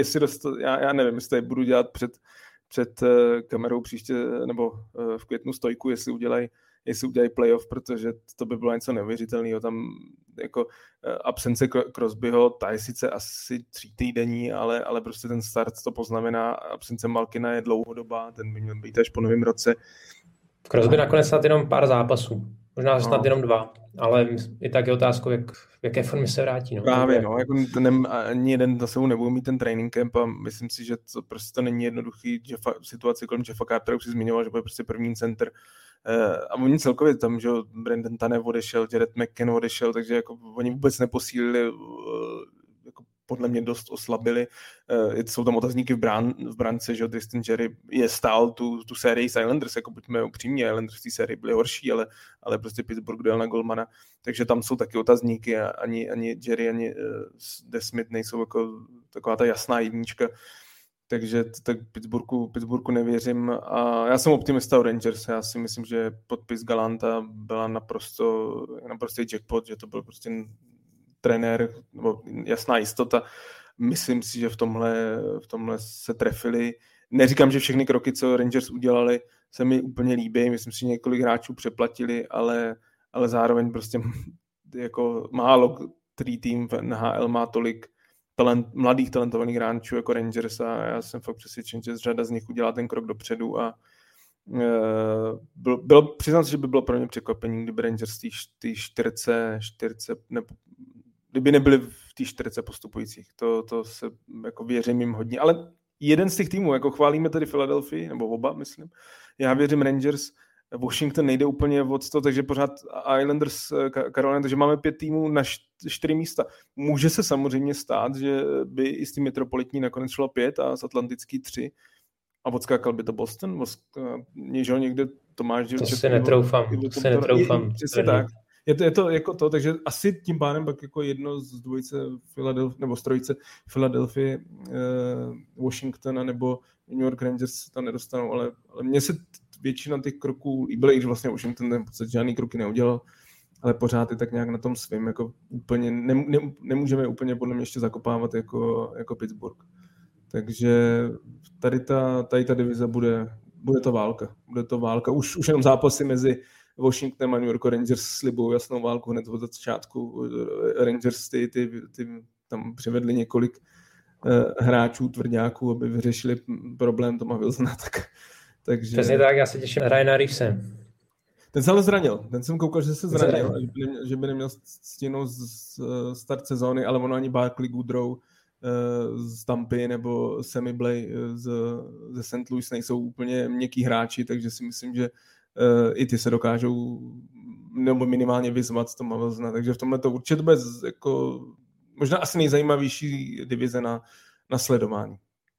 nevím, jestli budu dělat před kamerou příště, nebo v květnu stojku, jestli udělají playoff, protože to by bylo něco neuvěřitelného. Tam jako absence Crosbyho, ta je sice asi 3týdenní, ale prostě ten start to poznamená. Absence Malkina je dlouhodobá, ten by měl být až po novém roce. Crosby nakonec snad jenom pár zápasů. Možná snad jenom 2, ale i tak je otázkou, v jaké formě se vrátí. No. Právě, jako ani jeden za sebou nebudou mít ten training camp a myslím si, že to prostě není jednoduchý situace kolem Jeffa Cartera, už si zmiňoval, že bude prostě první center. A oni celkově tam, že Brandon Tanev odešel, Jared McCann odešel, takže jako oni vůbec neposílili, jako podle mě dost oslabili. Jsou tam otazníky v brance, že Tristan Jarry je stál tu sérii s Islanders, jako buďme upřímní, Islanders v té sérii byli horší, ale prostě Pittsburgh dojel na golmana, takže tam jsou taky otazníky a ani Jarry, ani DeSmith nejsou jako taková ta jasná jednička, takže tak Pittsburghu nevěřím a já jsem optimista o Rangers, já si myslím, že podpis Gallanta byla naprosto jackpot, že to byl prostě trenér, nebo jasná jistota. Myslím si, že v tomhle se trefili. Neříkám, že všechny kroky, co Rangers udělali, se mi úplně líbí. Myslím si, že několik hráčů přeplatili, ale zároveň prostě jako málo který tým v NHL má tolik mladých talentovaných hráčů jako Rangers a já jsem fakt přesvědčen, že řada z nich udělá ten krok dopředu a přiznám se, že by bylo pro mě překvapení, kdyby Rangers ty 40 nebo kdyby nebyli v té 40 postupujících. To se jako věřím jim hodně, ale jeden z těch týmů, jako chválíme tady Philadelphia, nebo oba, myslím, já věřím Rangers, Washington nejde úplně od 100, takže pořád Islanders, Carolina, takže máme 5 týmů na 4 místa. Může se samozřejmě stát, že by i z té metropolitní nakonec šlo 5 a z atlantický 3 a odskákal by to Boston. Někde to máš... To si netroufám. Přesně tak. Je to jako to, takže asi tím pádem pak jako jedno z dvojice Philadelphia, nebo z trojice Philadelphia, Washington nebo New York Rangers se tam nedostanou, ale mně se většina těch kroků líbila, i když vlastně Washington ten v podstatě žádný kroky neudělal, ale pořád je tak nějak na tom svým, jako úplně, nemůžeme úplně podle mě ještě zakopávat jako Pittsburgh. Takže tady ta divize bude to válka. Bude to válka. Už jenom zápasy mezi Washingtonem a New York Rangers slibují jasnou válku hned od začátku. Rangers ty tam přivedli několik hráčů, tvrdňáků, aby vyřešili problém Toma Wilsona. Takže... Přesně tak, já se těším na Ryana Reevese. Ten se ale zranil. Ten jsem koukal, že se zranil. Že by neměl stínout start sezóny, ale ono ani Barclay Goodrow z Tampy nebo Sammy Blay ze St. Louis nejsou úplně měkký hráči, takže si myslím, že i ty se dokážou nebo minimálně vyzvat Toma Wilsona. Takže v tomhle to určitě bude jako možná asi nejzajímavější divize na sledování.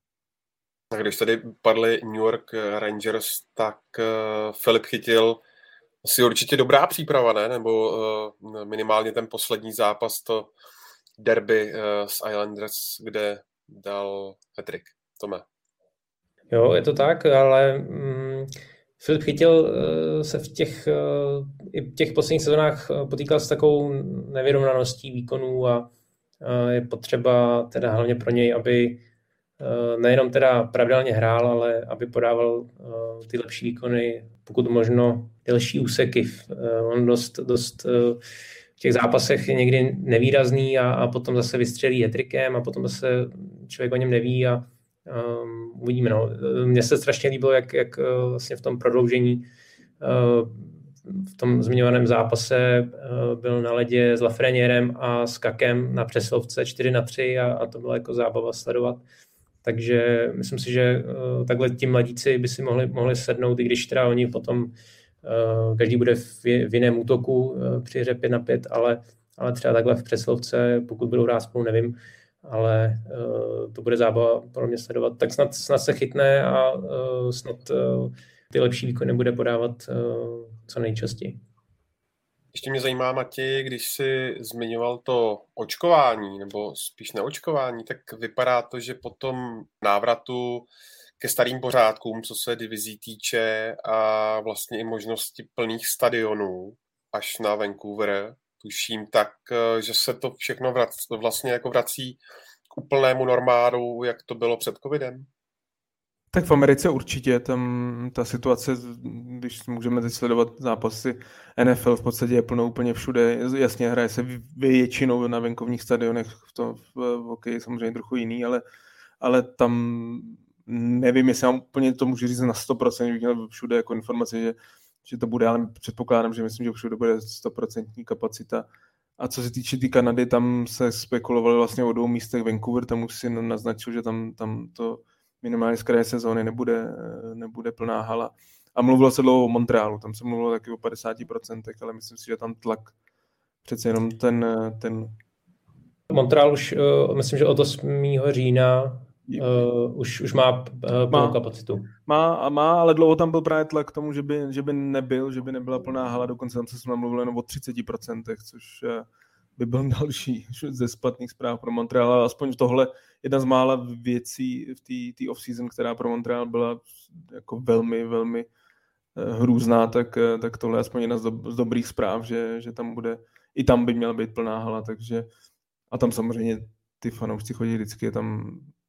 A když tady padly New York Rangers, tak Filip Chytil asi určitě dobrá příprava, ne? Nebo minimálně ten poslední zápas, to derby s Islanders, kde dal hat-trick. Tome. Jo, je to tak, ale Filip Chytil se v těch posledních sezónách potýkal s takovou nevyrovnaností výkonů a je potřeba teda hlavně pro něj, aby nejenom teda pravidelně hrál, ale aby podával ty lepší výkony, pokud možno delší úseky. On dost v těch zápasech je někdy nevýrazný a potom zase vystřelí hat-trickem a potom zase člověk o něm neví a uvidíme. No. Mně se strašně líbilo, jak vlastně v tom prodloužení v tom zmiňovaném zápase byl na ledě s Lafreniereem a s Kakem na přesilovce 4-3 a to bylo jako zábava sledovat. Takže myslím si, že takhle ti mladíci by si mohli sednout, i když teda oni potom každý bude v jiném útoku při hře 5-5, ale třeba takhle v přesilovce, pokud budou hrát spolu, nevím, ale to bude zábava pro mě sledovat. Tak snad se chytne a snad ty lepší výkony bude podávat co nejčastěji. Ještě mě zajímá, Matěj, když jsi zmiňoval to očkování, nebo spíš neočkování, tak vypadá to, že po tom návratu ke starým pořádkům, co se divizí týče a vlastně i možnosti plných stadionů až na Vancouver, tuším, tak, že se to všechno vlastně jako vrací k úplnému normálu, jak to bylo před covidem? Tak v Americe určitě, tam ta situace, když můžeme teď sledovat zápasy NFL, v podstatě je plnou úplně všude. Jasně, hraje se většinou na venkovních stadionech, v hokeji samozřejmě trochu jiný, ale tam nevím, jestli mám úplně to můžu říct na 100%, bych měl všude jako informace, že to bude, ale předpokládám, že myslím, že všude bude 100% kapacita. A co se týče té Kanady, tam se spekulovalo vlastně o 2 místech. Vancouver, tam už si naznačil, že tam to minimálně z kraje sezóny nebude plná hala. A mluvilo se dlouho o Montrealu, tam se mluvilo taky o 50%, ale myslím si, že tam tlak přece jenom ten... Montreal už, myslím, že od 8. října už má plnou kapacitu. Má, ale dlouho tam byl právě tlak k tomu, že by nebyla plná hala, dokonce tam se mluvilo jenom o 30%, což by byl další ze špatných zpráv pro Montreal, ale aspoň tohle jedna z mála věcí v té off-season, která pro Montreal byla jako velmi, velmi hrůzná, tak tohle je aspoň jedna z dobrých zpráv, že tam bude, i tam by měla být plná hala, takže a tam samozřejmě ty fanoušci chodí vždycky, je tam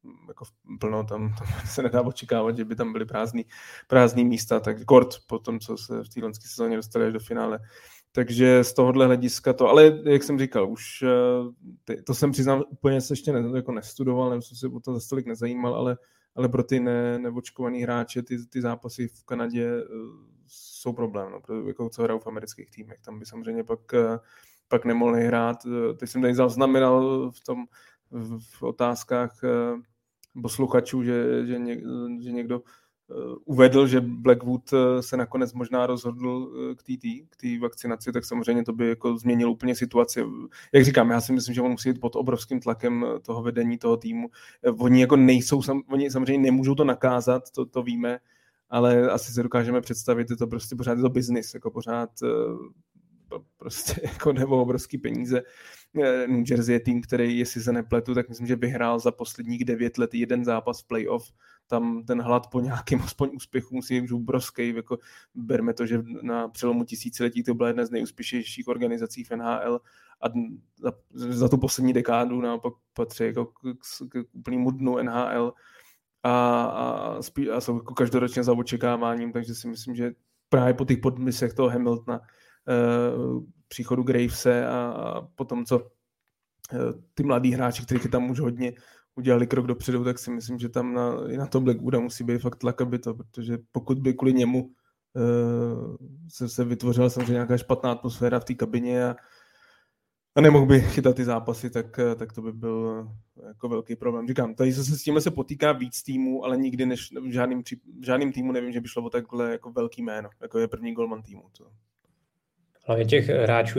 jako plno, tam se nedá očekávat, že by tam byly prázdný místa, tak kort po tom, co se v té loňské sezóně dostali až do finále. Takže z tohohle hlediska to, ale jak jsem říkal, už to jsem přiznám, úplně se ještě jako nestudoval, nebo jsem se o to za stolik nezajímal, ale pro ty neočkovaný hráče ty zápasy v Kanadě jsou problém, no, jako co hrajou v amerických týmech. Tam by samozřejmě pak nemohli hrát. Teď jsem tady zaznamenal v otázkách posluchačů, že někdo uvedl, že Blackwood se nakonec možná rozhodl k té vakcinaci, tak samozřejmě to by jako změnilo úplně situaci. Jak říkám, já si myslím, že on musí jít pod obrovským tlakem toho vedení toho týmu. Oni jako oni samozřejmě nemůžou to nakázat, to víme, ale asi se dokážeme představit, je to prostě pořád to business, jako pořád prostě jako nebo obrovský peníze. New Jersey je tým, který, jestli se nepletu, tak myslím, že vyhrál za posledních 9 let jeden zápas v playoff. Tam ten hlad po nějakém aspoň úspěchu musí být obrovský. Jako berme to, že na přelomu tisíciletí to byla jedna z nejúspěšnějších organizací v NHL a za tu poslední dekádu naopak patří jako k úplnému dnu NHL a jsou jako každoročně za očekáváním, takže si myslím, že právě po těch podpisech toho Hamiltona, příchodu Gravese a potom, co ty mladí hráči, kteří tam už hodně udělali krok dopředu, tak si myslím, že tam na to Blackwooda musí být fakt tlak, aby to, protože pokud by kvůli němu se vytvořila samozřejmě nějaká špatná atmosféra v té kabině a nemohl by chytat ty zápasy, tak to by byl jako velký problém. Říkám, tady se s tím se potýká víc týmů, ale nikdy v žádným týmu nevím, že by šlo o takhle jako velký jméno, jako je první golman týmu. To. Hlavně těch hráčů,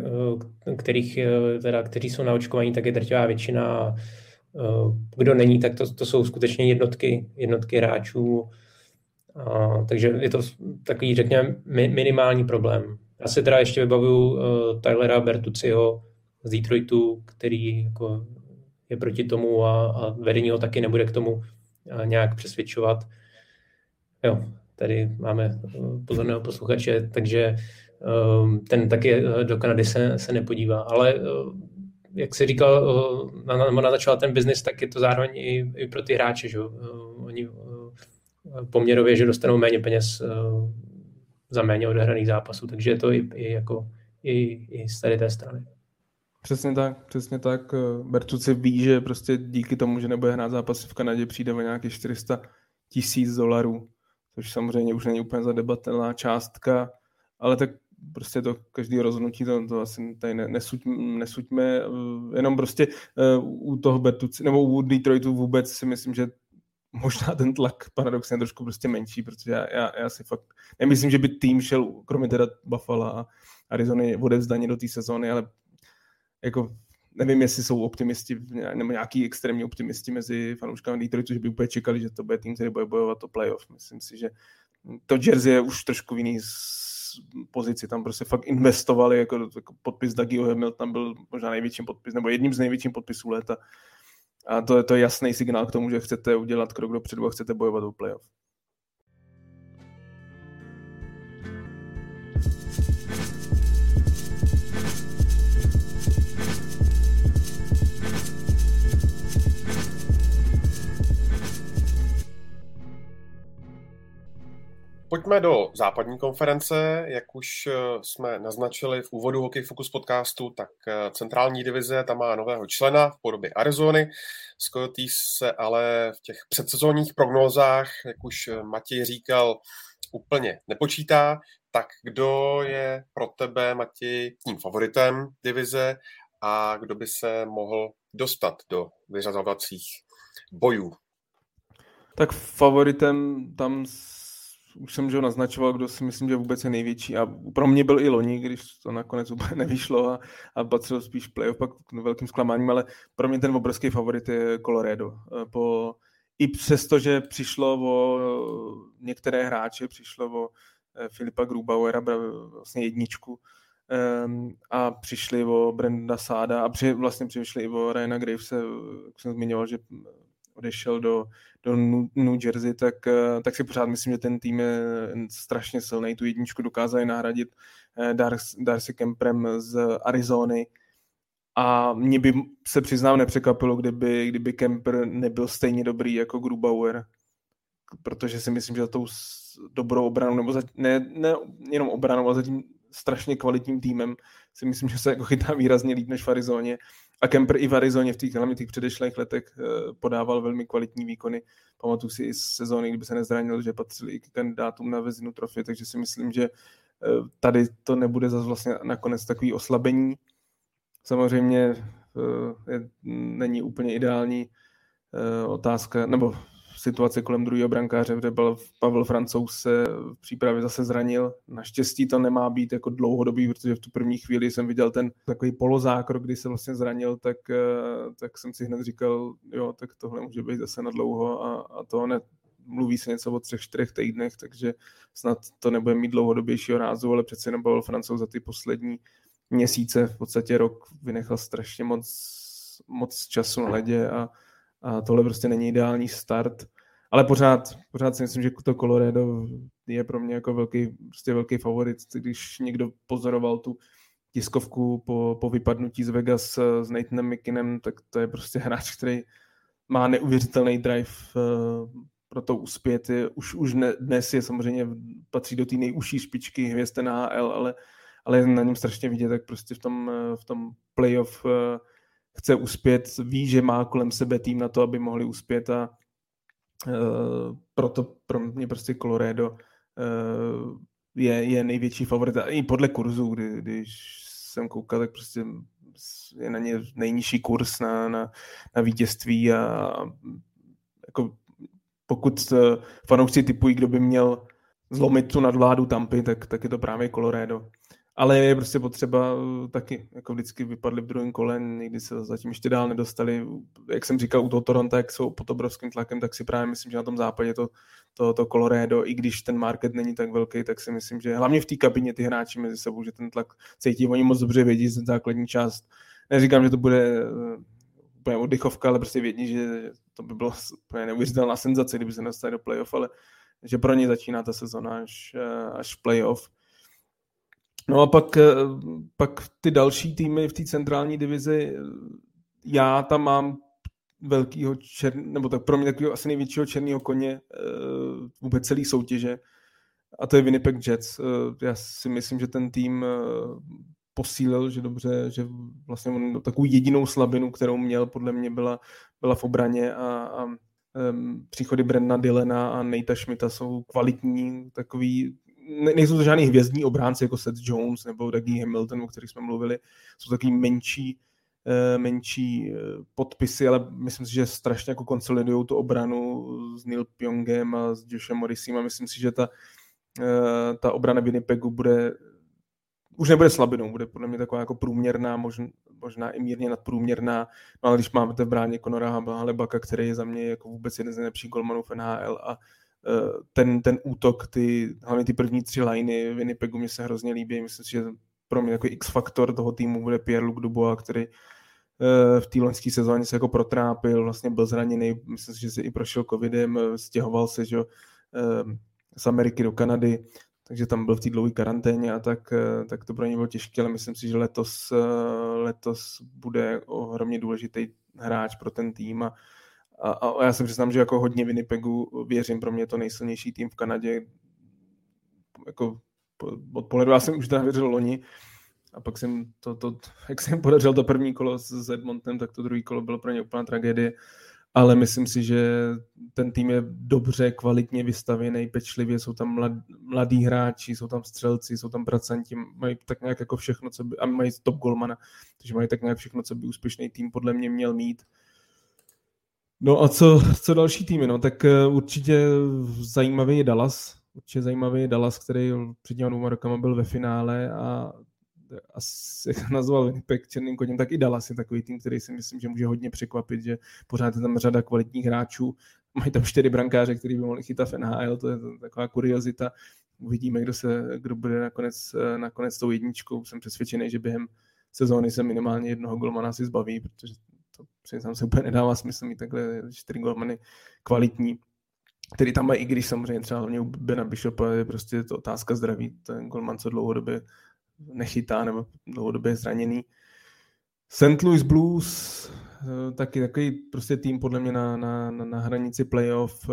kteří jsou naočkovaní, tak je drtivá většina. Kdo není, tak to jsou skutečně jednotky hráčů. Takže je to takový, řekněme, minimální problém. Já se teda ještě vybavuju Tylera Bertucciho z Detroitu, který jako je proti tomu a vedení ho taky nebude k tomu nějak přesvědčovat. Jo, tady máme pozorného posluchače, takže ten taky do Kanady se nepodívá. Ale jak jsi říkal, naznačoval ten biznis, tak je to zároveň i pro ty hráče. Že? Oni poměrově, že dostanou méně peněz za méně odehraných zápasů, takže je to i z tady té strany. Přesně tak. Bertucci ví, že prostě díky tomu, že nebude hrát zápasy v Kanadě, přijde o nějakých $400,000, což samozřejmě už není úplně zadebatelná částka, ale tak prostě to každý rozhodnutí, to asi tady nesuďme, jenom prostě u toho Bertucci, nebo u Detroitu vůbec si myslím, že možná ten tlak paradoxně trošku prostě menší, protože já si fakt nemyslím, že by tým šel, kromě teda Buffalo a Arizony, odevzdaně do té sezóny, ale jako nevím, jestli jsou optimisti, nebo nějaký extrémní optimisti mezi fanouškami Detroitu, že by úplně čekali, že to bude tým, který bude bojovat o playoff. Myslím si, že to Jersey je už trošku v jiný pozici, tam prostě fakt investovali, jako podpis Dougieho Hamiltona byl možná největší podpis, nebo jedním z největších podpisů léta. A to je jasný signál k tomu, že chcete udělat krok dopředu a chcete bojovat o playoff. Pojďme do západní konference. Jak už jsme naznačili v úvodu Hokej Focus podcastu, tak centrální divize tam má nového člena v podobě Arizony. S Coyotes se ale v těch předsezónních prognózách, jak už Matěj říkal, úplně nepočítá. Tak kdo je pro tebe, Matěj, tím favoritem divize a kdo by se mohl dostat do vyřazovacích bojů? Tak favoritem tam už jsem ho naznačoval, kdo si myslím, že vůbec je největší a pro mě byl i loni, když to nakonec úplně nevyšlo a patřil spíš playoff pak k velkým zklamáním, ale pro mě ten obrovský favorit je Colorado. I přesto, že přišlo o některé hráče, přišlo o Filipa Grubauera, vlastně jedničku, a přišli o Brenda Sada a vlastně přišli i o Ryana Gravese, jak jsem zmiňoval, že odešel do New Jersey, tak si pořád myslím, že ten tým je strašně silný. Tu jedničku dokázali nahradit Darcy Kemperem z Arizony A mě by se přiznám nepřekvapilo, kdyby Kemper nebyl stejně dobrý jako Grubauer, protože si myslím, že za tou dobrou obranou, nebo ne jenom obranou, ale za tím strašně kvalitním týmem si myslím, že se jako chytá výrazně líp než v Arizoně. A Kemper i v Arizoně v těch předešlých letech podával velmi kvalitní výkony. Pamatuju si i z sezóny, kdyby se nezranil, že patřil i k kandidátům na Vezinu trofy, takže si myslím, že tady to nebude zase vlastně nakonec takový oslabení. Samozřejmě není úplně ideální otázka, nebo situace kolem druhého brankáře, kde Pavel Francouz se v přípravě zase zranil. Naštěstí to nemá být jako dlouhodobý, protože v tu první chvíli jsem viděl ten takový polozákrok, kdy se vlastně zranil, tak jsem si hned říkal, jo, tak tohle může být zase na dlouho a to mluví se něco o 3-4 týdnech, takže snad to nebude mít dlouhodobějšího rázu, ale přece jenom Pavel Francouz za ty poslední měsíce, v podstatě rok, vynechal strašně moc času na ledě a tohle prostě není ideální start. Ale pořád si myslím, že to Colorado je pro mě jako velký favorit. Když někdo pozoroval tu tiskovku po vypadnutí z Vegas s Nathanem McKinnem, tak to je prostě hráč, který má neuvěřitelný drive pro to uspět. Už dnes je samozřejmě patří do té nejužší špičky hvězd NHL, ale je na něm strašně vidět, tak prostě v tom playoff chce uspět, ví, že má kolem sebe tým na to, aby mohli uspět a proto pro mě prostě Colorado je největší favorit. A i podle kurzu, když jsem koukal, tak prostě je na ně nejnižší kurz na vítězství a jako pokud fanoušci typují, kdo by měl zlomit tu nadvládu Tampy, tak je to právě Colorado. Ale je prostě potřeba taky, jako vždycky vypadli v druhém kole, někdy se zatím ještě dál nedostali. Jak jsem říkal, u toho Toronto, jak jsou pod obrovským tlakem, tak si právě myslím, že na tom západě to Colorado, i když ten market není tak velký, tak si myslím, že hlavně v té kabině ty hráči mezi sebou, že ten tlak cítí, oni moc dobře vědí z základní část. Neříkám, že to bude úplně oddychovka, ale prostě vědí, že to by bylo úplně neuvěřitelná senzace, kdyby se dostali do playoff, ale že pro ně začíná ta sezona až playoff. No a pak ty další týmy v té centrální divizi, já tam mám velkýho nebo tak pro mě takového asi největšího černého koně vůbec celý soutěže a to je Winnipeg Jets. Já si myslím, že ten tým posílil, že dobře, že vlastně on takovou jedinou slabinu, kterou měl, podle mě byla v obraně a příchody Brendana Dillona a Natea Schmidta jsou kvalitní, takový. Nejsou to žádný hvězdní obránci jako Seth Jones nebo Dougie Hamilton, o kterých jsme mluvili. Jsou takový menší podpisy, ale myslím si, že strašně jako konsolidujou tu obranu s Neil Pjongem a s Joshem Morrisem a myslím si, že ta obrana Winnipegu už nebude slabinou, bude podle mě taková jako průměrná, možná i mírně nadprůměrná, no ale když máme v bráně Conora Halebaka, který je za mě jako vůbec jeden z nejlepších golmanů v NHL a ten útok, hlavně ty první 3 liney Winnipegu mě se hrozně líbí. Myslím si, že pro mě takový X-faktor toho týmu bude Pierre-Luc Dubois, který v té loňské sezóně se jako protrápil, vlastně byl zraněný, myslím si, že si i prošel covidem, stěhoval se že, z Ameriky do Kanady, takže tam byl v té dlouhé karanténě a tak to pro něj bylo těžké, ale myslím si, že letos bude ohromně důležitý hráč pro ten tým a já se přiznám, že jako hodně Winnipegu věřím, pro mě je to nejsilnější tým v Kanadě. Jako od pohledu, já jsem už teda věřil loni a pak jsem jak jsem podařil to první kolo s Edmontonem, tak to druhé kolo bylo pro ně úplná tragédie, ale myslím si, že ten tým je dobře, kvalitně vystavěný, pečlivě, jsou tam mladí hráči, jsou tam střelci, jsou tam pracanti, mají tak nějak jako všechno, a mají top golmana, takže mají tak nějak všechno, co by úspěšný tým podle mě měl mít. No a co další týmy? No tak určitě zajímavý je Dallas. Který před těmi 2 rokama byl ve finále a jak nazval Winnipeg černým koněm, tak i Dallas je takový tým, který si myslím, že může hodně překvapit, že pořád je tam řada kvalitních hráčů. Mají tam 4 brankáře, který by mohli chytat v NHL, to je taková kuriozita. Uvidíme, kdo bude nakonec tou jedničkou. Jsem přesvědčený, že během sezóny se minimálně jednoho golmana si zbaví, protože to přiznám se úplně nedává smysl mít takhle 4 golmany kvalitní, který tam mají, i když samozřejmě třeba hlavně u Bena Bishopa je prostě to otázka zdraví, ten golman, co dlouhodobě nechytá nebo dlouhodobě je zraněný. St. Louis Blues, taky takový prostě tým podle mě na hranici playoff.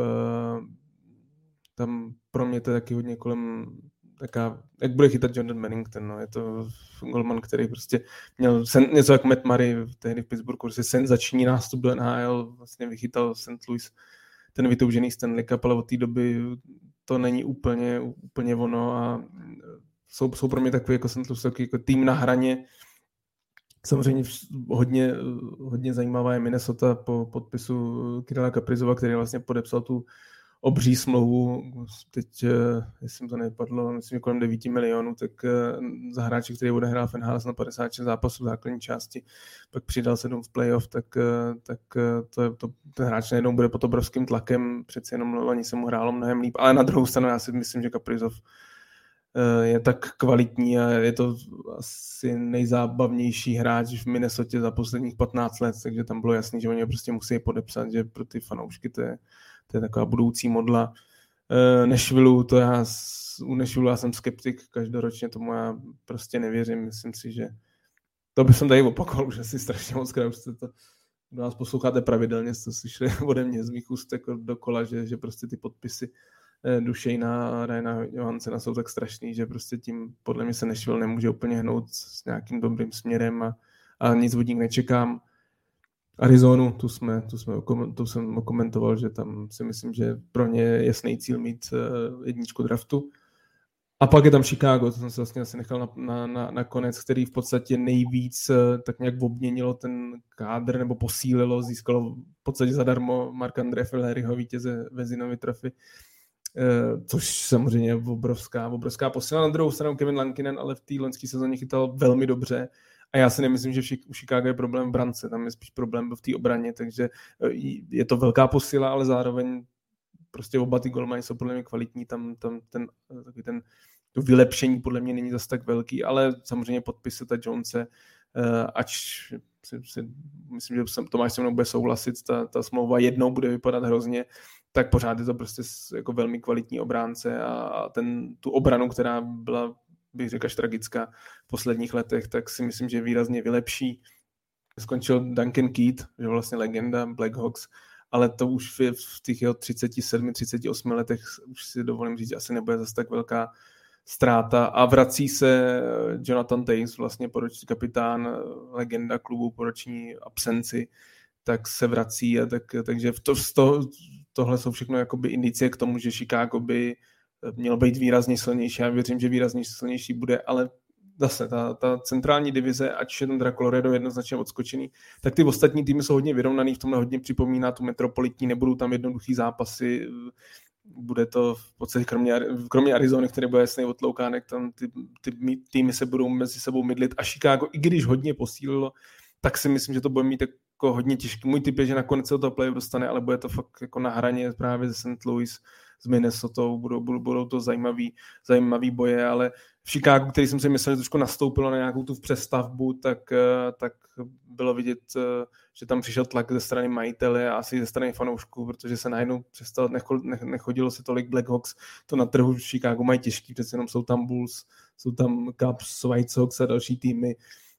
Tam pro mě to je taky hodně kolem taká, jak bude chytat Jordan Bennington, no. Je to golman, který prostě měl něco jako Matt Murray tehdy v Pittsburghu, prostě senzační nástup do NHL, vlastně vychytal St. Louis ten vytoužený Stanley Cup, ale od té doby to není úplně ono a jsou pro mě takový jako St. Louis, takový jako tým na hraně. Samozřejmě hodně zajímavá je Minnesota po podpisu Kirilla Kaprizova, který vlastně podepsal tu obří smlouvu, teď, jestli mi to nevypadlo, myslím, kolem 9 milionů, tak za hráče, který odehrál v NHL na 56 zápasů v základní části, pak přidal 7 v playoff, tak ten hráč najednou bude pod obrovským tlakem, přeci jenom loni se mu hrálo mnohem líp, ale na druhou stranu já si myslím, že Kaprizov je tak kvalitní a je to asi nejzábavnější hráč v Minnesotě za posledních 15 let, takže tam bylo jasný, že oni prostě musí podepsat, že pro ty fanoušky to je taková budoucí modla. Nashvilleu, u Nashvilleu já jsem skeptik každoročně, tomu já prostě nevěřím, myslím si, že to bych jsem tady opakoval už asi strašně moc krát, jste to do nás posloucháte pravidelně, jste slyšeli ode mě z mých úst jako dokola, že prostě ty podpisy Duchesna a Ryana Johanssena jsou tak strašný, že prostě tím podle mě se Nashville nemůže úplně hnout s nějakým dobrým směrem a nic od nich nečekám. Arizonu, tu jsem komentoval, že tam si myslím, že pro ně je jasný cíl mít jedničku draftu. A pak je tam Chicago, to jsem se vlastně asi nechal na konec, který v podstatě nejvíc tak nějak obměnilo ten kádr, nebo posílilo, získalo v podstatě zadarmo Marc-André Fleuryho, vítěze Vezinovy trofy, což samozřejmě je obrovská posila. Na druhou stranu Kevin Lankinen, ale v té loňské sezóně chytal velmi dobře. A já si nemyslím, že u Chicago je problém v brance, tam je spíš problém v té obraně, takže je to velká posila, ale zároveň prostě oba ty golmani jsou podle mě kvalitní, tam to vylepšení podle mě není zas tak velký, ale samozřejmě podpis ta Jonese, ač myslím, že Tomáš se mnou bude souhlasit, ta smlouva jednou bude vypadat hrozně, tak pořád je to prostě jako velmi kvalitní obránce a tu obranu, která byla, bych řekl, až tragická v posledních letech, tak si myslím, že výrazně vylepší. Skončil Duncan Keith, že vlastně legenda Blackhawks, ale to už v těch jeho 37-38 letech už si dovolím říct, asi nebude zase tak velká ztráta a vrací se Jonathan Toews, vlastně poroční kapitán, legenda klubu po roční absenci, tak se vrací a takže tohle jsou všechno jakoby indicie k tomu, že Chicago by mělo být výrazně silnější. Já věřím, že výrazně silnější bude, ale zase ta centrální divize, ať je ten Colorado jednoznačně odskočený, tak ty ostatní týmy jsou hodně vyrovnaný, v tomhle hodně připomíná tu metropolitní, nebudou tam jednoduchý zápasy, bude to v podstatě kromě Arizony, který bude jasný odloukánek, tam ty týmy se budou mezi sebou mydlit a Chicago, i když hodně posílilo, tak si myslím, že to bude mít jako hodně těžký. Můj tip je, že nakonec se do toho playoff dostane, ale bude to fakt jako na hraně právě ze St. Louis, s Minnesotou, budou to zajímavý boje, ale v Chicagu, který jsem si myslel, že trošku nastoupilo na nějakou tu přestavbu, tak bylo vidět, že tam přišel tlak ze strany majitele a asi ze strany fanoušků, protože se najednou přestalo, nechodilo se tolik Blackhawks, to na trhu v Chicagu mají těžký, přece jenom jsou tam Bulls, jsou tam Cubs, White Sox a další týmy,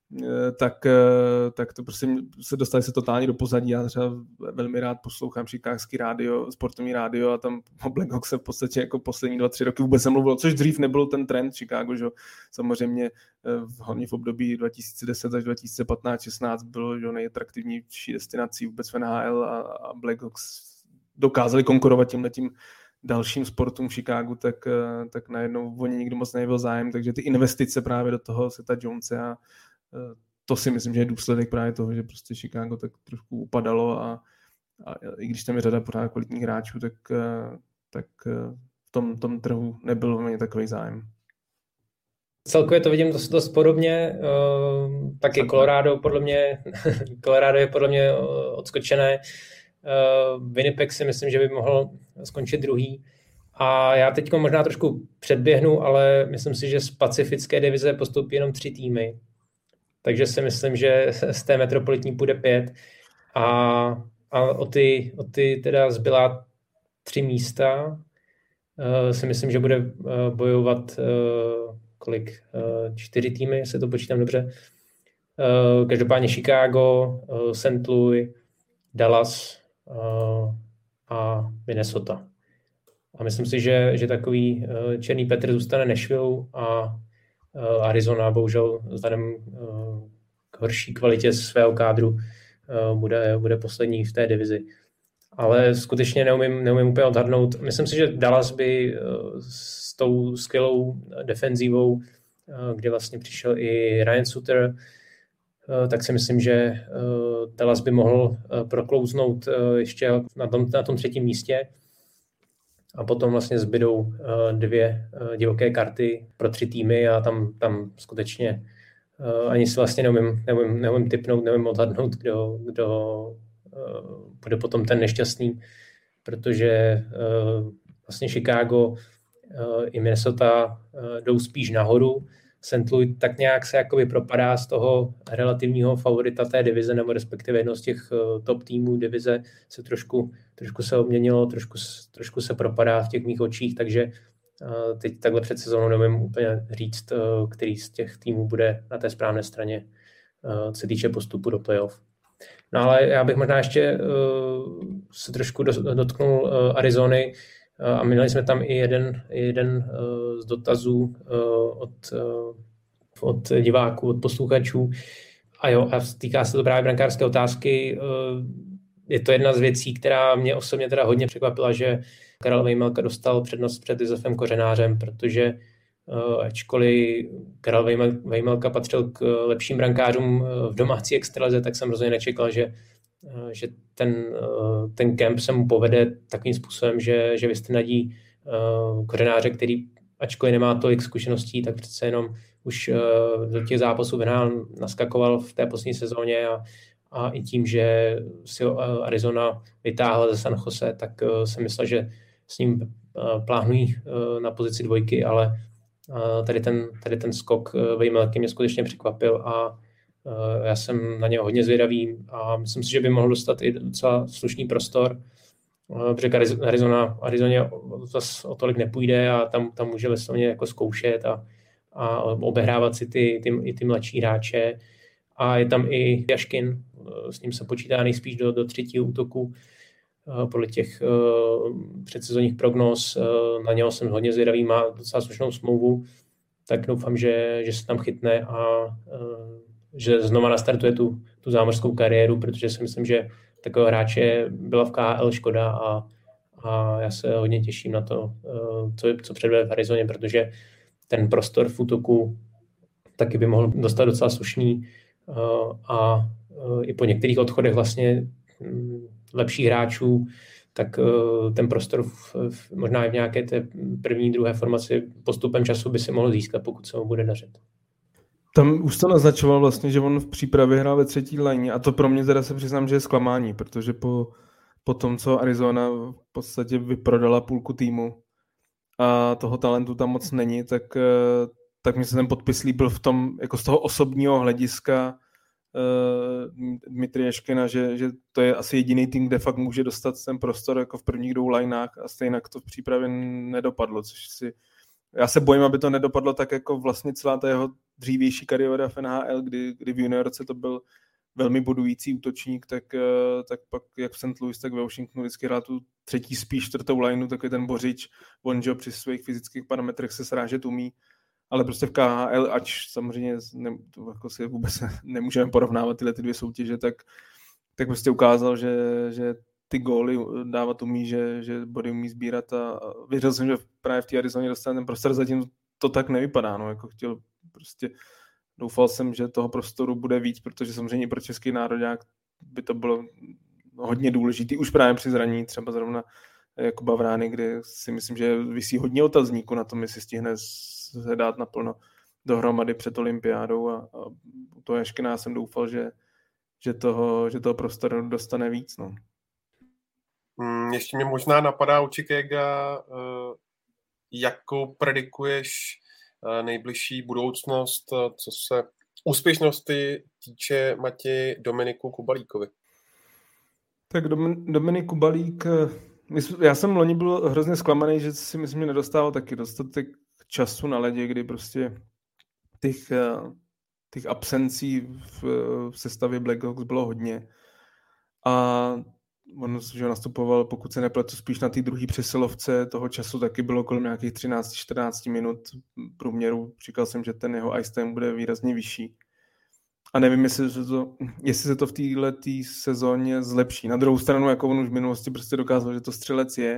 tak to prostě se dostali se totálně do pozadí. Já třeba velmi rád poslouchám chicagský rádio, sportovní rádio a tam o Blackhawks se v podstatě jako poslední 2-3 roky vůbec nemluvilo, což dřív nebyl ten trend Chicago, že samozřejmě hlavně v období 2010 až 2015-16 bylo že nejatraktivnější destinací vůbec v NHL a Blackhawks dokázali konkurovat tímhletím dalším sportům v Chicagu, tak najednou o ně nikdo moc nebyl zájem, takže ty investice právě do toho Seta Jonese a to si myslím, že je důsledek právě toho, že prostě Chicago tak trošku upadalo a i když tam je řada pořád kvalitních hráčů, tak v tom trhu nebyl mě takový zájem. Celkově to vidím dost podobně, taky Colorado je podle mě odskočené. Winnipeg si myslím, že by mohl skončit druhý. A já teď možná trošku předběhnu, ale myslím si, že z pacifické divize postoupí jenom 3 týmy. Takže si myslím, že z té metropolitní půjde 5 a o ty teda zbylá 3 místa si myslím, že bude bojovat 4 týmy, jestli to počítám dobře. Každopádně Chicago, St. Louis, Dallas a Minnesota. A myslím si, že takový černý Petr zůstane Nashville a Arizona bohužel vzhledem k horší kvalitě svého kádru bude poslední v té divizi. Ale skutečně neumím úplně odhadnout. Myslím si, že Dallas by s tou skvělou defenzívou, kde vlastně přišel i Ryan Suter, tak si myslím, že Dallas by mohl proklouznout ještě na tom třetím místě a potom vlastně zbydou 2 divoké karty pro 3 týmy a tam skutečně ani si vlastně neumím tipnout, neumím odhadnout, kdo bude potom ten nešťastný, protože vlastně Chicago i Minnesota jdou spíš nahoru. St. Louis tak nějak se jakoby propadá z toho relativního favorita té divize, nebo respektive jedno z těch top týmů divize se trošku se obměnilo, trošku se propadá v těch mých očích, takže teď takhle před sezónou nevím úplně říct, který z těch týmů bude na té správné straně, co se týče postupu do playoff. No ale já bych možná ještě se trošku dotknul Arizony a měli jsme tam i jeden z dotazů od diváků, od posluchačů. A týká se to právě brankářské otázky. Je to jedna z věcí, která mě osobně teda hodně překvapila, že Karel Vejmelka dostal přednost před Josefem Kořenářem, protože ačkoliv Karel Vejmelka patřil k lepším brankářům v domácí extralize, tak jsem rozhodně nečekal, že ten kemp se mu povede takovým způsobem, že vystřelí Kořenáře, který ačkoliv nemá tolik zkušeností, tak přece jenom už do těch zápasů naskakoval v té poslední sezóně a i tím, že si Arizona vytáhla ze San Jose, tak jsem myslel, že s ním plánují na pozici 2, ale tady ten skok Vejmelky mě skutečně překvapil a já jsem na něj hodně zvědavý a myslím si, že by mohl dostat i docela slušný prostor, protože Arizoně zase o tolik nepůjde a tam může veslovně jako zkoušet a obehrávat si ty mladší hráče. A je tam i Jaškin, s ním se počítá nejspíš do 3. útoku podle těch předsezonních prognóz. Na něho jsem hodně zvědavý, má docela slušnou smlouvu, tak doufám, že se tam chytne a že znova nastartuje tu zámořskou kariéru, protože si myslím, že takového hráče byla v KHL škoda a já se hodně těším na to, co předvede v Arizoně, protože ten prostor v útoku taky by mohl dostat docela slušný a i po některých odchodech vlastně lepších hráčů, tak ten prostor možná i v nějaké té první, druhé formaci postupem času by si mohl získat, pokud se mu bude dařit. Tam už to naznačoval vlastně, že on v přípravě hrál ve 3. lajně a to pro mě teda se přiznám, že je zklamání, protože po tom, co Arizona v podstatě vyprodala půlku týmu a toho talentu tam moc není, tak mi se ten podpis líbil v tom, jako z toho osobního hlediska Dmitry Ješkina, že to je asi jediný tým, kde fakt může dostat ten prostor jako v prvních 2 lineách a stejně to v přípravě nedopadlo, já se bojím, aby to nedopadlo tak jako vlastně celá ta jeho dřívější kariéra v NHL, kdy v juniorce to byl velmi bodující útočník, tak pak jak v St. Louis, tak ve Washingtonu vždycky hrál tu 3. spíš 4. lineu, takový ten bořič, Bonjo při svých fyzických parametrech se srážet umí, ale prostě v KHL, ač samozřejmě to jako si vůbec nemůžeme porovnávat tyhle 2 soutěže, tak prostě ukázal, že ty góly dávat umí, že body umí sbírat a věřil jsem, že právě v té Arizoně dostane ten prostor, zatím to tak nevypadá, no, jako doufal jsem, že toho prostoru bude víc, protože samozřejmě pro český nároďák by to bylo hodně důležitý, už právě při zranění, třeba zrovna Jakuba Vrány, kde si myslím, že visí hodně otazníků na tom, jestli stihne se dát naplno dohromady před olympiádou a to Jaškina jsem doufal, že toho prostoru dostane víc, no. Ještě mě možná napadá u Chicaga, jakou predikuješ nejbližší budoucnost, co se úspěšnosti týče Matěji Dominiku Kubalíkovi? Tak Dominik Kubalík, já jsem loni byl hrozně zklamaný, že si myslím, že nedostával taky dostatek času na ledě, kdy prostě těch absencí v sestavě Blackhawks bylo hodně. A on že nastupoval, pokud se nepletu, spíš na té druhé přesilovce, toho času taky bylo kolem nějakých 13-14 minut průměru. Říkal jsem, že ten jeho ice time bude výrazně vyšší. A nevím, jestli se to v této sezóně zlepší. Na druhou stranu, jako on už v minulosti prostě dokázal, že to střelec je.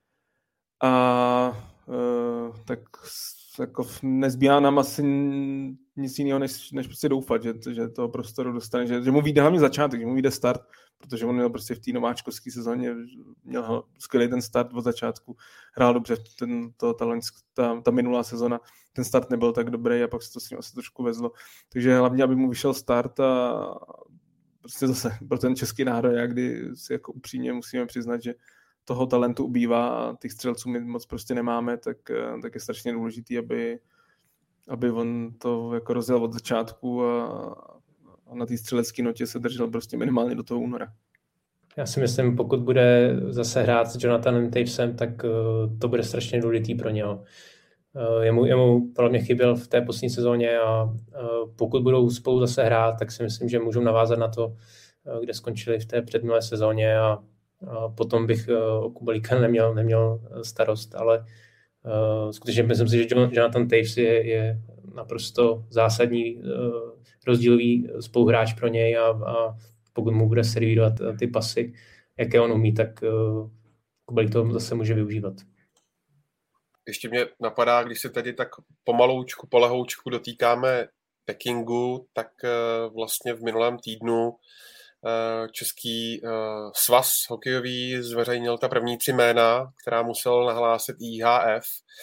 A tak jako nezbývá nám asi nic jiného, než prostě doufat, že toho prostoru dostane, že mu vyjde hlavně začátek, že mu vyjde start, protože on měl prostě v té nováčkovské sezóně, měl skvělý ten start od začátku, hrál dobře ta minulá sezona, ten start nebyl tak dobrý a pak se to s ním asi trošku vezlo, takže hlavně, aby mu vyšel start a prostě zase pro ten český národ, kdy si jako upřímně musíme přiznat, že toho talentu ubývá a těch střelců my moc prostě nemáme, tak je strašně důležitý, aby on to jako rozjel od začátku a na té střelecké notě se držel prostě minimálně do toho února. Já si myslím, pokud bude zase hrát s Jonathanem Tavesem, tak to bude strašně důležitý pro něho. Jemu podle mě chyběl v té poslední sezóně a pokud budou spolu zase hrát, tak si myslím, že můžou navázat na to, kde skončili v té předminulé sezóně a potom bych o Kubalíka neměl starost, ale skutečně myslím si, že Jonathan Taves je naprosto zásadní rozdílový spoluhráč pro něj a pokud mu bude servírovat ty pasy, jaké on umí, tak Kubalík to zase může využívat. Ještě mě napadá, když se tady tak pomaloučku, polehoučku dotýkáme Pekingu, tak vlastně v minulém týdnu Český svaz hokejový zveřejnil ta první 3 jména, která musel nahlásit IHF.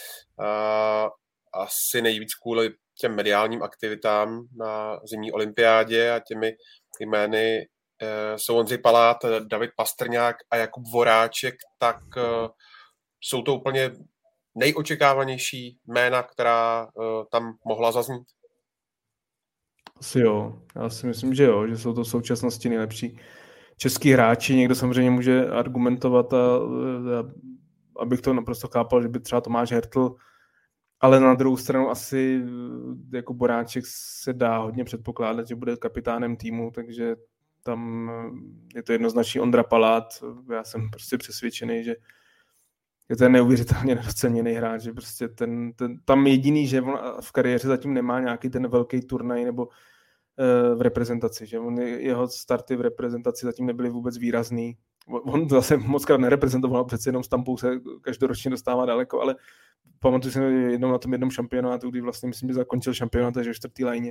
Asi nejvíc kvůli těm mediálním aktivitám na zimní olympiádě a těmi jmény jsou Ondřej Palát, David Pastrňák a Jakub Voráček, tak jsou to úplně nejočekávanější jména, která tam mohla zaznít. Asi jo, já si myslím, že jo, že jsou to v současnosti nejlepší český hráči. Někdo samozřejmě může argumentovat a abych to naprosto chápal, že by třeba Tomáš Hertl, ale na druhou stranu asi jako Boráček se dá hodně předpokládat, že bude kapitánem týmu, takže tam je to jednoznačně Ondra Palát. Já jsem prostě přesvědčený, že je to neuvěřitelně nedoceněný hráč, že prostě tam jediný, že on v kariéře zatím nemá nějaký ten velký turnaj nebo v reprezentaci, že jeho starty v reprezentaci zatím nebyly vůbec výrazný. On zase mockrát nereprezentoval, přece jenom s Tampou se každoročně dostává daleko, ale pamatuju si jednou na tom jednom šampionátu, kdy vlastně myslím, že zakončil šampionát, takže v 4. lajně.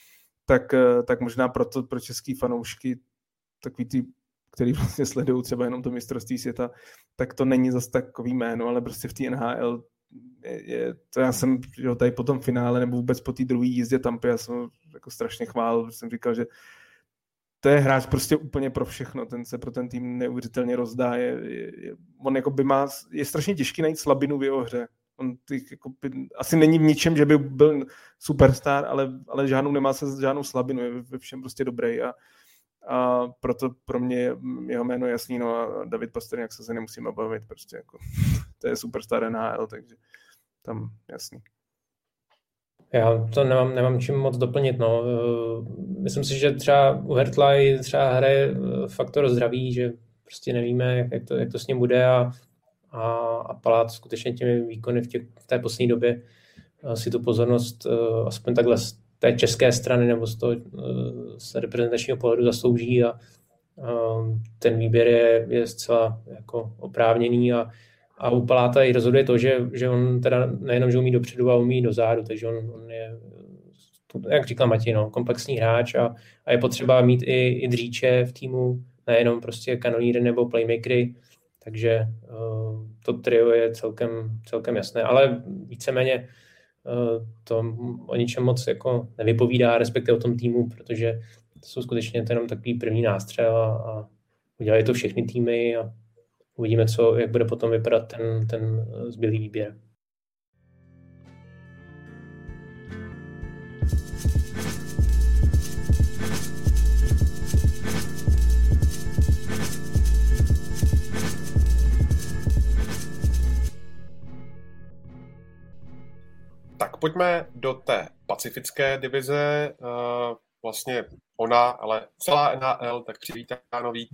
Tak možná proto pro český fanoušky takový ty, který vlastně sledují třeba jenom to mistrovství světa, tak to není zase takový jméno, ale prostě v té NHL to já jsem tady po tom finále nebo vůbec po té druhé jízdě Tampy, já jsem jako strašně chválil, protože jsem říkal, že to je hráč prostě úplně pro všechno, ten se pro ten tým neuvěřitelně rozdá, on jako je strašně těžký najít slabinu v jeho hře. On jako asi není v ničem, že by byl superstar, ale nemá se žádnou slabinu, je ve všem prostě dobrý a proto pro mě jeho jméno jasný, no a David Pastrňák se nemusíme bavit, prostě jako to je superstar NHL, takže tam jasný. Já to nemám čím moc doplnit, no. Myslím si, že třeba u Hertla třeba hraje faktor zdraví, že prostě nevíme, jak to s ním bude a Palát skutečně těmi výkony v té poslední době si tu pozornost aspoň takhle z té české strany nebo z reprezentačního pohledu zaslouží a ten výběr je zcela jako oprávněný a u Paláta i rozhoduje to, že on teda nejenom, že umí dopředu a umí dozadu, takže on je, jak říkal Matěj, no, komplexní hráč a je potřeba mít i dříče v týmu, nejenom prostě kanonýry nebo playmakery, takže to trio je celkem jasné, ale víceméně to o ničem moc jako nevypovídá, respektive o tom týmu, protože to jsou skutečně jenom takový první nástřel a udělají to všechny týmy a uvidíme, jak bude potom vypadat ten zbylý výběr. Tak Tak pojďme do té pacifické divize. Vlastně ona, ale celá NHL tak přivítá nový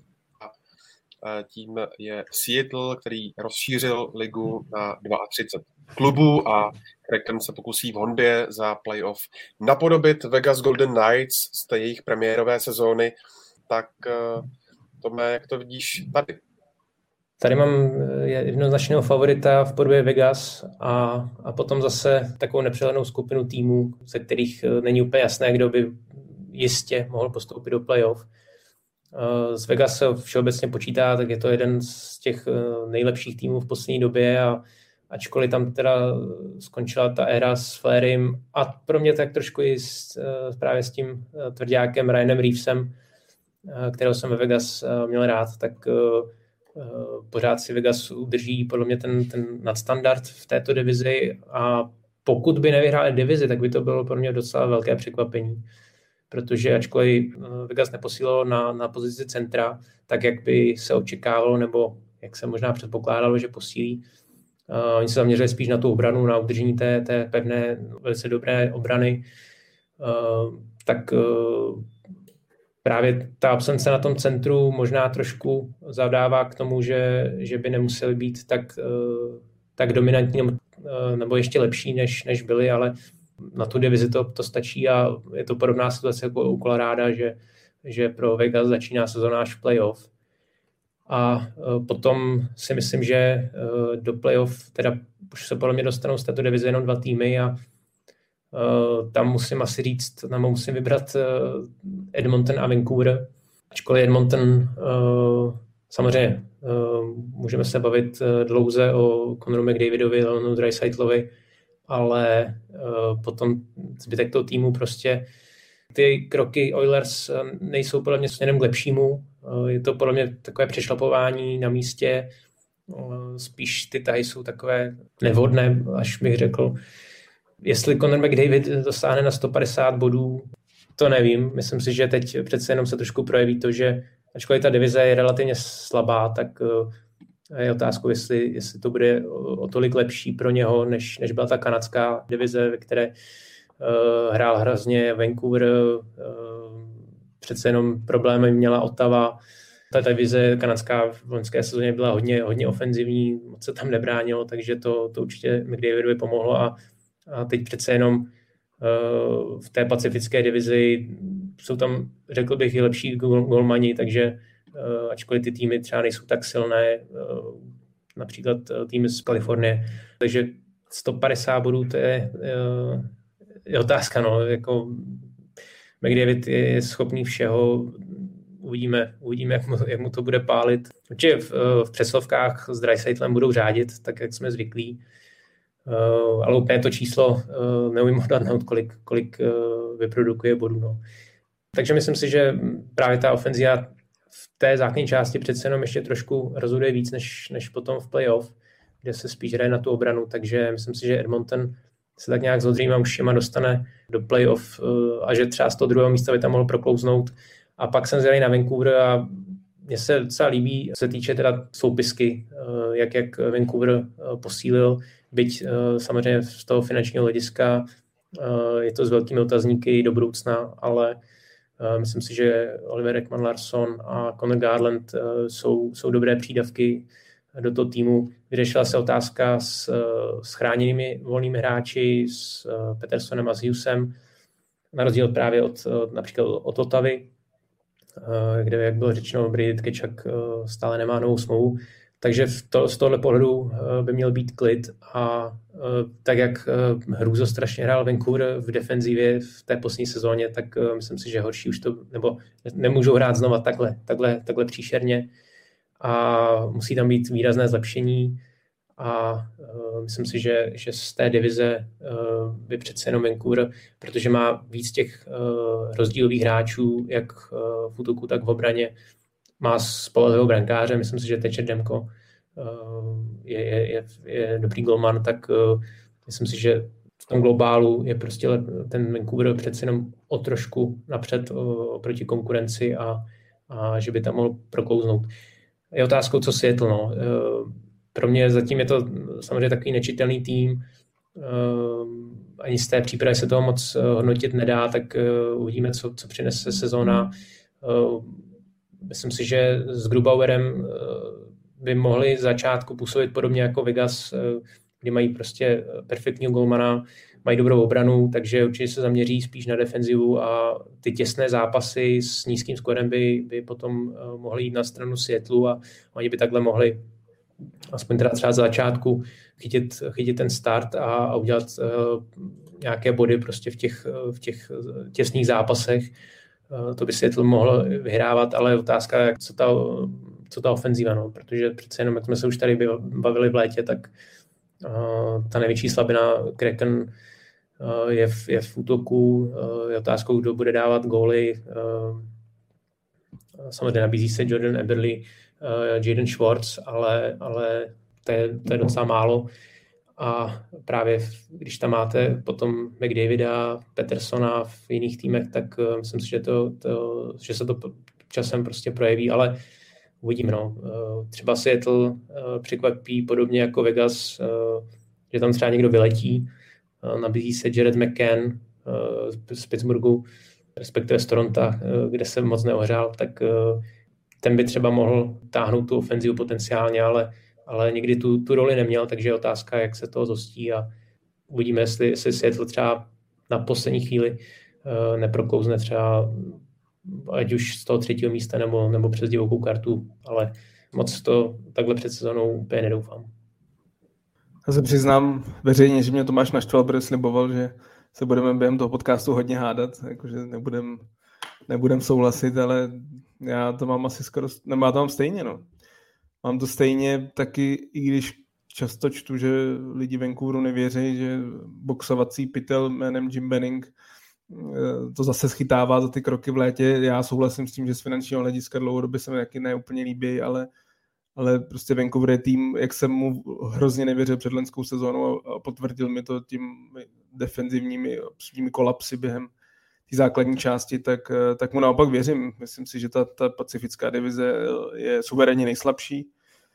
tím je Seattle, který rozšířil ligu na 32 klubů a Kraken se pokusí v honbě za playoff napodobit Vegas Golden Knights z té jejich premiérové sezóny. Tak Tome, jak to vidíš tady? Tady mám jednoznačného favorita v podobě Vegas a potom zase takovou nepřehlednou skupinu týmů, ze kterých není úplně jasné, kdo by jistě mohl postoupit do playoff. Z Vegas se všeobecně počítá, tak je to jeden z těch nejlepších týmů v poslední době a ačkoliv tam teda skončila ta éra s Flairym a pro mě tak trošku i právě s tím tvrďákem Ryanem Reevesem, kterého jsem ve Vegas měl rád, tak pořád si Vegas udrží podle mě ten nadstandard v této divizi a pokud by nevyhráli divizi, tak by to bylo pro mě docela velké překvapení, protože ačkoliv Vegas neposílilo na pozici centra, tak jak by se očekávalo, nebo jak se možná předpokládalo, že posílí. Oni se zaměřili spíš na tu obranu, na udržení té pevné, velice dobré obrany. Tak právě ta absence na tom centru možná trošku zavdává k tomu, že by nemuseli být tak dominantní nebo ještě lepší, než byli, ale na tu divizi to stačí a je to podobná situace jako u Coloráda, že pro Vegas začíná sezóna až v playoff. A potom si myslím, že do playoff teda už se podle mě dostanou z této divize jenom 2 týmy a tam musím asi říct, tam musím vybrat Edmonton a Vancouver. Ačkoliv Edmonton, samozřejmě můžeme se bavit dlouze o Connoru McDavidovi, Leonu Draisaitllovi, ale potom zbytek toho týmu prostě ty kroky Oilers nejsou podle mě směrem k lepšímu. Je to podle mě takové přešlapování na místě. Spíš ty tahy jsou takové nevhodné, až bych řekl. Jestli Connor McDavid dosáhne na 150 bodů, to nevím. Myslím si, že teď přece jenom se trošku projeví to, že ačkoliv ta divize je relativně slabá, tak je otázkou, jestli to bude o tolik lepší pro něho, než byla ta kanadská divize, ve které hrál hrozně Vancouver, přece jenom problémy měla Ottawa. Ta divize kanadská v loňské sezóně byla hodně ofenzivní, moc se tam nebránilo, takže to určitě McDavidovi pomohlo a teď přece jenom v té pacifické divizi jsou tam, řekl bych, i lepší golmani, takže ačkoliv ty týmy třeba nejsou tak silné, například týmy z Kalifornie, takže 150 bodů, to je otázka, no, jako McDavid je schopný všeho, uvidíme jak mu to bude pálit. Určitě v přeslovkách s Draisaitlem budou řádit, tak jak jsme zvyklí, ale úplně to číslo neumím odhadnout, kolik vyprodukuje bodů. No. Takže myslím si, že právě ta ofenzia v té základní části přece jenom ještě trošku rozhoduje víc, než potom v playoff, kde se spíš hraje na tu obranu, takže myslím si, že Edmonton se tak nějak s odrýma ušima dostane do playoff a že třeba z toho druhého místa by tam mohl proklouznout. A pak jsem zjeli na Vancouver a mně se docela líbí, co se týče teda soupisky, jak Vancouver posílil, byť samozřejmě z toho finančního hlediska je to s velkými otazníky do budoucna, ale myslím si, že Oliver Ekman-Larsson a Conor Garland jsou dobré přídavky do toho týmu. Vyřešila se otázka s chráněnými volnými hráči, s Petersonem a s Hughesem, na rozdíl právě například od Ottavy, kde, jak bylo řečeno, Brady Tkachuk stále nemá novou smlouvu. Takže z tohohle pohledu by měl být klid a tak, jak hrůzo strašně hrál Vancouver v defenzivě v té poslední sezóně, tak myslím si, že horší už to, nebo nemůžou hrát znova takhle příšerně a musí tam být výrazné zlepšení a myslím si, že z té divize by přece jenom Vancouver, protože má víc těch rozdílových hráčů, jak v útoku, tak v obraně, má spolehlivého brankáře, myslím si, že Thatcher Demko je dobrý golman, tak myslím si, že v tom globálu je prostě ten Vancouver přece jenom o trošku napřed oproti konkurenci a že by tam mohl proklouznout. Je otázkou, co Seattle, no. Pro mě zatím je to samozřejmě takový nečitelný tým. ani z té přípravy se toho moc hodnotit nedá, tak uvidíme, co přinese sezóna. Myslím si, že s Grubauerem by mohli z začátku působit podobně jako Vegas, kdy mají prostě perfektního golmana, mají dobrou obranu, takže určitě se zaměří spíš na defenzivu a ty těsné zápasy s nízkým skorem by potom mohly jít na stranu Seattleu a oni by takhle mohli aspoň teda třeba z začátku chytit ten start a udělat nějaké body prostě v těch těsných zápasech. To by Seattle mohl vyhrávat, ale otázka je, co ta ofenzíva, no, protože přece jenom, jak jsme se už tady bavili v létě, tak ta největší slabina Kraken je v útoku, je otázkou, kdo bude dávat góly. Samozřejmě nabízí se Jordan Eberle, Jaden Schwartz, ale to je docela málo. A právě když tam máte potom McDavida, Petersona v jiných týmech, tak myslím si, že se to časem prostě projeví, ale uvidíme. No. Třeba Seattle překvapí podobně jako Vegas, že tam třeba někdo vyletí. Nabízí se Jared McCann z Pittsburghu, respektive z Toronto, kde se moc neohřál, tak ten by třeba mohl táhnout tu ofenzivu potenciálně, ale nikdy tu roli neměl, takže je otázka, jak se toho zhostí a uvidíme, jestli Seattle třeba na poslední chvíli neproklouzne třeba ať už z toho 3. místa nebo přes divokou kartu, ale moc to takhle před sezónou úplně nedoufám. Já se přiznám veřejně, že mě Tomáš naštval, protože sliboval, že se budeme během toho podcastu hodně hádat, jakože nebudem souhlasit, ale já to mám asi skoro, nebo já to mám stejně, no. Mám to stejně taky, i když často čtu, že lidi Vancouveru nevěří, že boxovací pytel jménem Jim Benning to zase schytává za ty kroky v létě. Já souhlasím s tím, že z finančního hlediska dlouhodobě se mi taky neúplně líbí, ale prostě Vancouver je tým, jak jsem mu hrozně nevěřil před loňskou sezónou a potvrdil mi to tím defenzivními kolapsy během té základní části, tak mu naopak věřím. Myslím si, že ta pacifická divize je suverénně nejslabší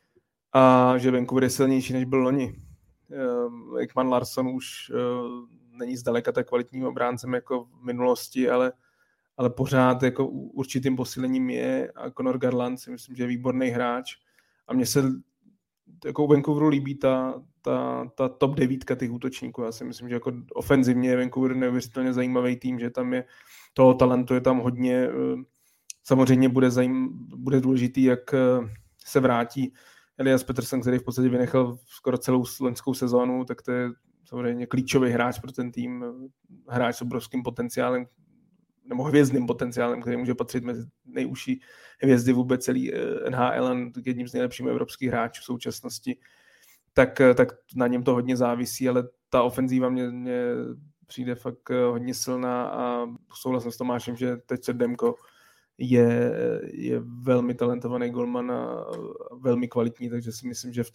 a že Vancouver je silnější, než byl loni. Ekman Larsson už není zdaleka tak kvalitním obráncem jako v minulosti, ale pořád jako určitým posílením je a Conor Garland si myslím, že je výborný hráč a mně se jako u Vancouveru líbí ta top 9 těch útočníků. Já si myslím, že jako ofenzivně je Vancouver neuvěřitelně zajímavý tým, že tam je toho talentu je tam hodně. Samozřejmě bude důležitý, jak se vrátí Elias Pettersson, který v podstatě vynechal skoro celou loňskou sezónu, tak to je samozřejmě klíčový hráč pro ten tým, hráč s obrovským potenciálem, nebo hvězdným potenciálem, který může patřit mezi nejužší hvězdy vůbec celý NHL a jedním z nejlepších evropských hráčů v současnosti, tak na něm to hodně závisí, ale ta ofenzíva mě přijde fakt hodně silná a souhlasím s Tomášem, že teď Demko je velmi talentovaný golman a velmi kvalitní, takže si myslím, že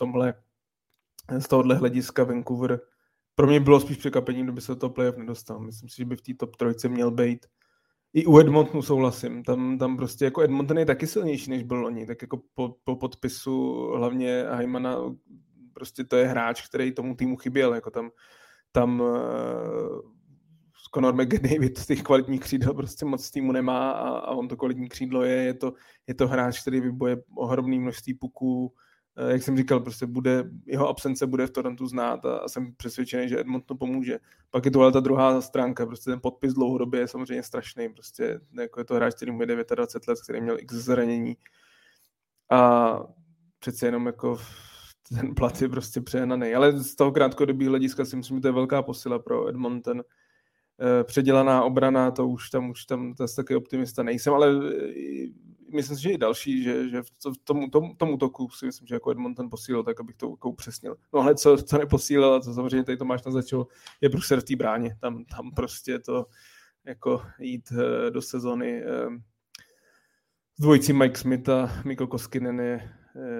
z tohohle hlediska Vancouver pro mě bylo spíš překvapením, kdyby se do toho playoff nedostal. Myslím si, že by v té top 3 měl být. I u Edmontonu souhlasím. Tam prostě jako Edmonton je taky silnější, než byl loni. Tak jako po podpisu hlavně Heimana prostě to je hráč, který tomu týmu chyběl. Jako tam Conor McDavid těch kvalitních křídel prostě moc týmu nemá a on to kvalitní křídlo je to hráč, který vyboje ohromné množství puků. Jak jsem říkal, prostě jeho absence bude v Torontu znát a jsem přesvědčený, že Edmontonu pomůže. Pak je to ta druhá stránka, prostě ten podpis dlouhodobě je samozřejmě strašný, prostě jako je to hráč, který mu je 29 let, který měl x zranění a přece jenom jako ten plat je prostě přehnaný. Ale z toho krátkodobého hlediska si myslím, že to je velká posila pro Edmonton. Předělaná obrana, to už tam zase taky optimista nejsem, ale myslím si, že i další, že v tom útoku si myslím, že jako Edmonton posílil, tak abych to upřesnil. No ale co neposílil, a co samozřejmě tady Tomáš naznačil, je Brusser v té bráně. Tam prostě to jako jít do sezony s dvojicí Mike Smith a Mikko Koskinen je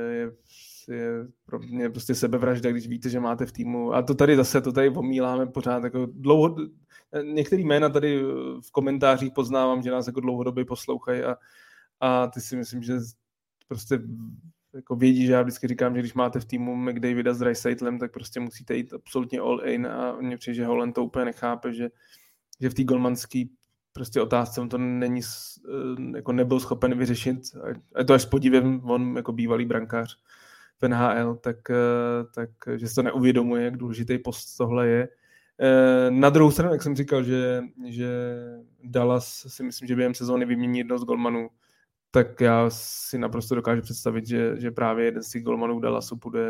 pro mě prostě sebevražda, když víte, že máte v týmu. A to tady omíláme pořád. Jako některý jména tady v komentářích poznávám, že nás jako dlouhodobě poslouchají a ty si myslím, že prostě jako vědí, že já vždycky říkám, že když máte v týmu McDavida s Dreisaitlem, tak prostě musíte jít absolutně all in a mně přijde, že Holland to úplně nechápe, že v té golmanské prostě otázce on to není, jako nebyl schopen vyřešit. A to až s podívem, on jako bývalý brankář v NHL, tak že se to neuvědomuje, jak důležitý post tohle je. Na druhou stranu, jak jsem říkal, že Dallas si myslím, že během sezóny vymění jednoho z golmanů, tak já si naprosto dokážu představit, že právě jeden z těch golmanů Dallasu půjde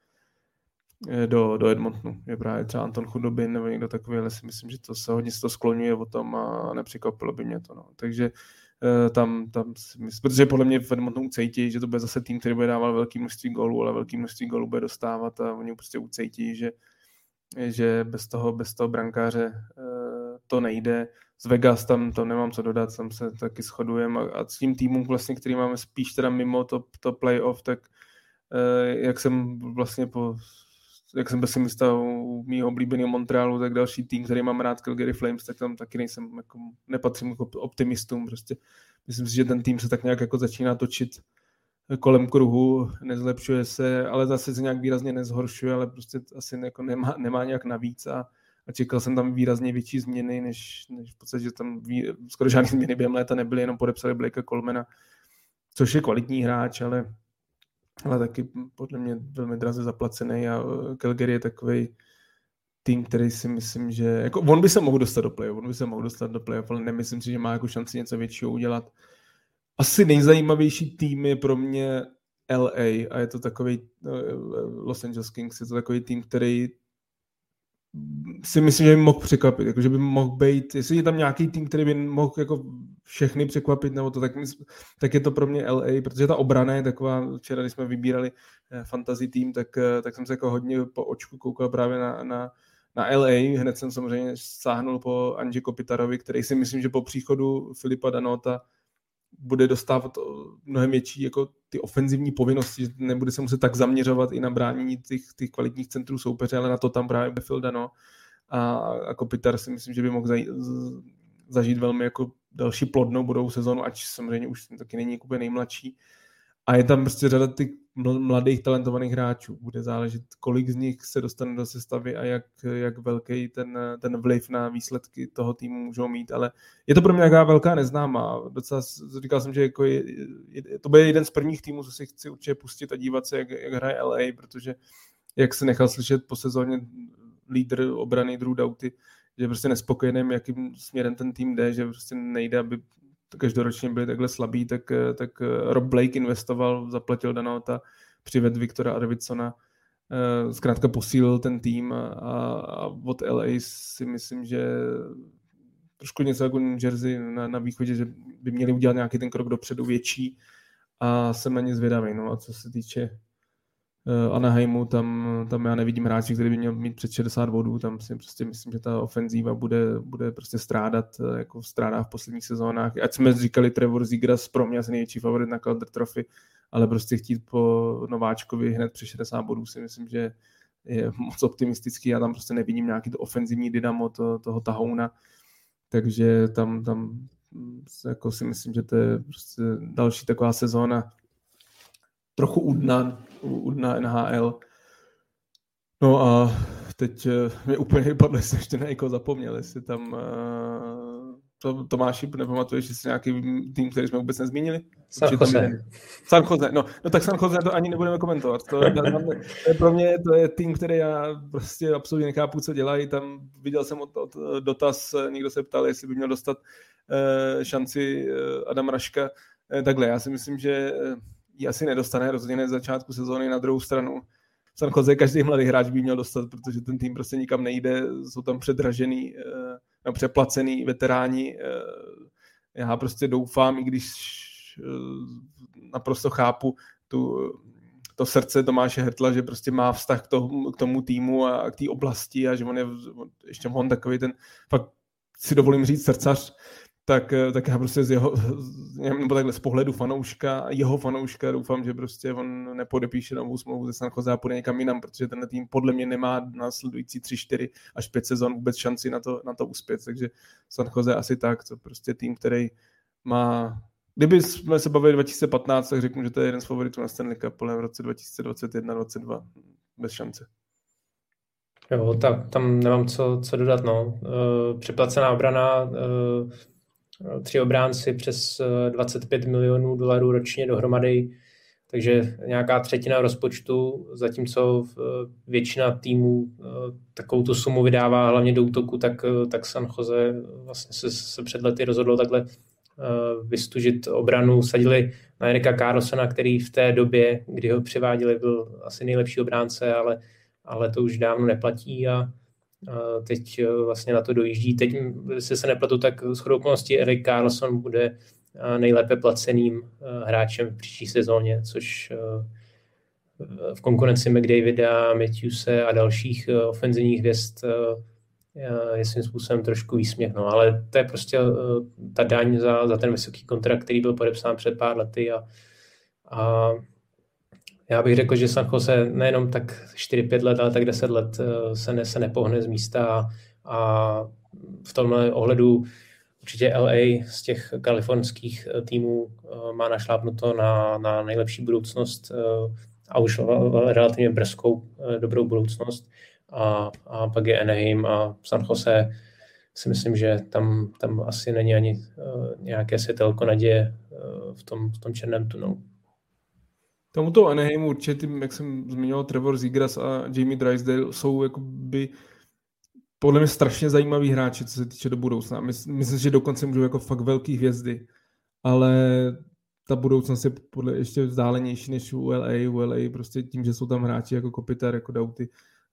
do Edmontonu. Je právě třeba Anton Chudobin nebo někdo takový, ale si myslím, že to se hodně skloňuje o tom a nepřekvapilo by mě to. No. Takže tam si myslím, protože podle mě v Edmontonu ucejtí, že to bude zase tým, který bude dávat velké množství gólů, ale velké množství gólů bude dostávat a oni prostě ucejtí, že bez toho brankáře to nejde. Z Vegas tam to nemám co dodat, tam se taky shodujeme a s tím týmům vlastně, který máme spíš teda mimo to playoff, tak jak jsem pesimista u mýho oblíbeného Montrealu, tak další tým, který mám rád, Calgary Flames, tak tam taky nepatřím jako optimistům. Prostě myslím si, že ten tým se tak nějak jako začíná točit kolem kruhu, nezlepšuje se, ale zase se nějak výrazně nezhoršuje, ale prostě asi jako nemá nějak navíc a čekal jsem tam výrazně větší změny, než v podstatě, že tam skoro žádné změny během léta nebyly, jenom podepsali Blakea Colemana, což je kvalitní hráč, ale taky podle mě velmi draze zaplacený a Calgary je takovej tým, který si myslím, že jako on by se mohl dostat do playoff, ale nemyslím si, že má jako šanci něco většího udělat. Asi nejzajímavější tým je pro mě LA a je to takový Los Angeles Kings, je to takový tým, který si myslím, že by mohl překvapit, jako že by mohl být, jestli je tam nějaký tým, který by mohl jako všechny překvapit, nebo to, tak je to pro mě LA, protože ta obrana je taková, včera, když jsme vybírali fantasy tým, tak jsem se jako hodně po očku koukal právě na LA, hned jsem samozřejmě sáhnul po Anži Kopitarovi, který si myslím, že po příchodu Filipa Danota bude dostávat mnohem větší jako ty ofenzivní povinnosti, že nebude se muset tak zaměřovat i na bránění těch kvalitních centrů soupeře, ale na to tam právě Phil Dano a Kopitar si myslím, že by mohl zažít velmi jako další plodnou budoucí sezonu, ač samozřejmě už taky není úplně nejmladší. A je tam prostě řada těch mladých talentovaných hráčů. Bude záležet, kolik z nich se dostane do sestavy a jak velký ten vliv na výsledky toho týmu můžou mít, ale je to pro mě nějaká velká neznámá. Docela říkal jsem, že jako to bude jeden z prvních týmů, co si chci určitě pustit a dívat se, jak hraje LA, protože jak se nechal slyšet po sezóně lídr obrany Drew Doughty, že prostě nespokojeným, jakým směrem ten tým jde, že prostě nejde, aby každoročně byli takhle slabí, tak Rob Blake investoval, zaplatil Danota, přivedl Viktora Arvidssona, zkrátka posílil ten tým a od LA si myslím, že trošku něco jako New Jersey na východě, že by měli udělat nějaký ten krok dopředu větší a jsem na ně zvědavý. No a co se týče Anaheimu, tam já nevidím hráči, který by měl mít před 60 bodů, tam si prostě myslím, že ta ofenzíva bude prostě strádat, jako strádá v posledních sezónách. Ať jsme říkali Trevor Zegras, pro mě asi největší favorit na Calder Trophy, ale prostě chtít po nováčkovi hned přes 60 bodů si myslím, že je moc optimistický. Já tam prostě nevidím nějaký to ofenzivní dynamo toho tahouna, takže tam jako si myslím, že to je prostě další taková sezóna trochu udná NHL. No a teď mě úplně vypadlo, jestli ještě na někoho zapomněl, jestli tam Tomáši, nepamatuješ, jestli nějaký tým, který jsme vůbec nezmínili? San Jose. No tak San Jose to ani nebudeme komentovat. Pro mě to je tým, který já prostě absolutně nechápu, co dělají. Tam viděl jsem od dotaz, někdo se ptal, jestli by měl dostat šanci Adam Raška. Takhle, já si myslím, že ji asi nedostane, rozhodně ne z začátku sezóny. Na druhou stranu San Jose každý mladý hráč by měl dostat, protože ten tým prostě nikam nejde, jsou tam předražený, přeplacený veteráni. Já prostě doufám, i když naprosto chápu to srdce Tomáše Hertla, že prostě má vztah k tomu týmu a k té oblasti a že on je ještě takový ten, fakt si dovolím říct srdcař, tak já prostě z pohledu fanouška, jeho fanouška doufám, že prostě on nepodepíše novou smlouvu ze San Jose a půjde někam jinam, protože tenhle tým podle mě nemá následující 3, 4 až 5 sezon vůbec šanci na to uspět, takže San Jose asi tak, to prostě tým, který má Kdyby jsme se bavili 2015, tak řeknu, že to je jeden z favoritů na Stanley Cup, ale v roce 2021-2022 bez šance. Jo, tak tam nemám co dodat, no. Přeplacená obrana, 3 obránci přes $25 milionů ročně dohromady, takže nějaká třetina rozpočtu, zatímco většina týmů takovou tu sumu vydává hlavně do útoku, tak San Jose vlastně se před lety rozhodlo takhle vystužit obranu. Sadili na Erika Karlssona, který v té době, kdy ho přiváděli, byl asi nejlepší obránce, ale to už dávno neplatí a teď vlastně na to dojíždí. Teď, jestli se nepletu, tak shodou okolností Erik Karlsson bude nejlépe placeným hráčem v příští sezóně, což v konkurenci McDavida, Matthewse a dalších ofenzivních hvězd je svým způsobem trošku výsměch. No, ale to je prostě ta daň za ten vysoký kontrakt, který byl podepsán před pár lety a já bych řekl, že San Jose nejenom tak 4-5 let, ale tak 10 let se nepohne z místa a v tomhle ohledu určitě LA z těch kalifornských týmů má našlápnuto na nejlepší budoucnost a už relativně brzkou dobrou budoucnost. A pak je Anaheim a San Jose. Si myslím, že tam asi není ani nějaké světelko naděje v tom černém tunelu. Tomuto Anaheimu určitě, jak jsem zmiňoval, Trevor Zegras a Jamie Drysdale jsou jakoby podle mě strašně zajímaví hráči, co se týče do budoucna. Myslím, že dokonce můžou jako fakt velký hvězdy, ale ta budoucnost je podle ještě vzdálenější než u LA prostě tím, že jsou tam hráči jako Kopitar, jako Doughty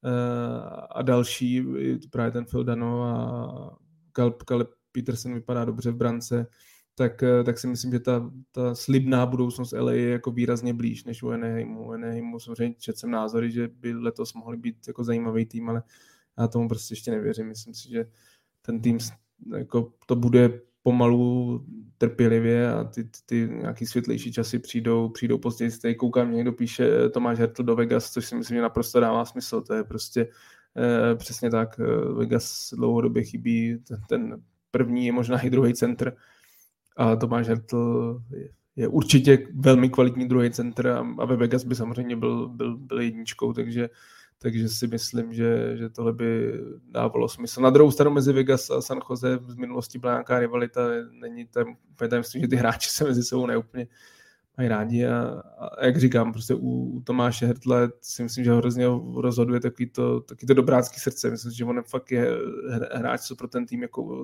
a další, právě ten Phil Dano a Caleb Peterson vypadá dobře v brance, tak si myslím, že ta slibná budoucnost LA je jako výrazně blíž než u Anaheimu. U Anaheimu samozřejmě četl jsem názory, že by letos mohli být jako zajímavý tým, ale já tomu prostě ještě nevěřím. Myslím si, že ten tým jako to bude pomalu trpělivě a ty nějaký světlejší časy přijdou později. Tady koukám, někdo píše Tomáš Hertl do Vegas, což si myslím, že naprosto dává smysl. To je prostě přesně tak. Vegas dlouhodobě chybí ten první, možná i druhý centr. A Tomáš Hertl je určitě velmi kvalitní druhý centr a ve Vegas by samozřejmě byl jedničkou, takže si myslím, že tohle by dávalo smysl. Na druhou stranu mezi Vegas a San Jose v minulosti byla nějaká rivalita, není tam úplně tajemství, že ty hráči se mezi sebou neúplně mají rádi a jak říkám, prostě u Tomáše Hertla si myslím, že ho hrozně rozhoduje taky to dobrácký srdce. Myslím, že on fakt je hráč, co pro ten tým jako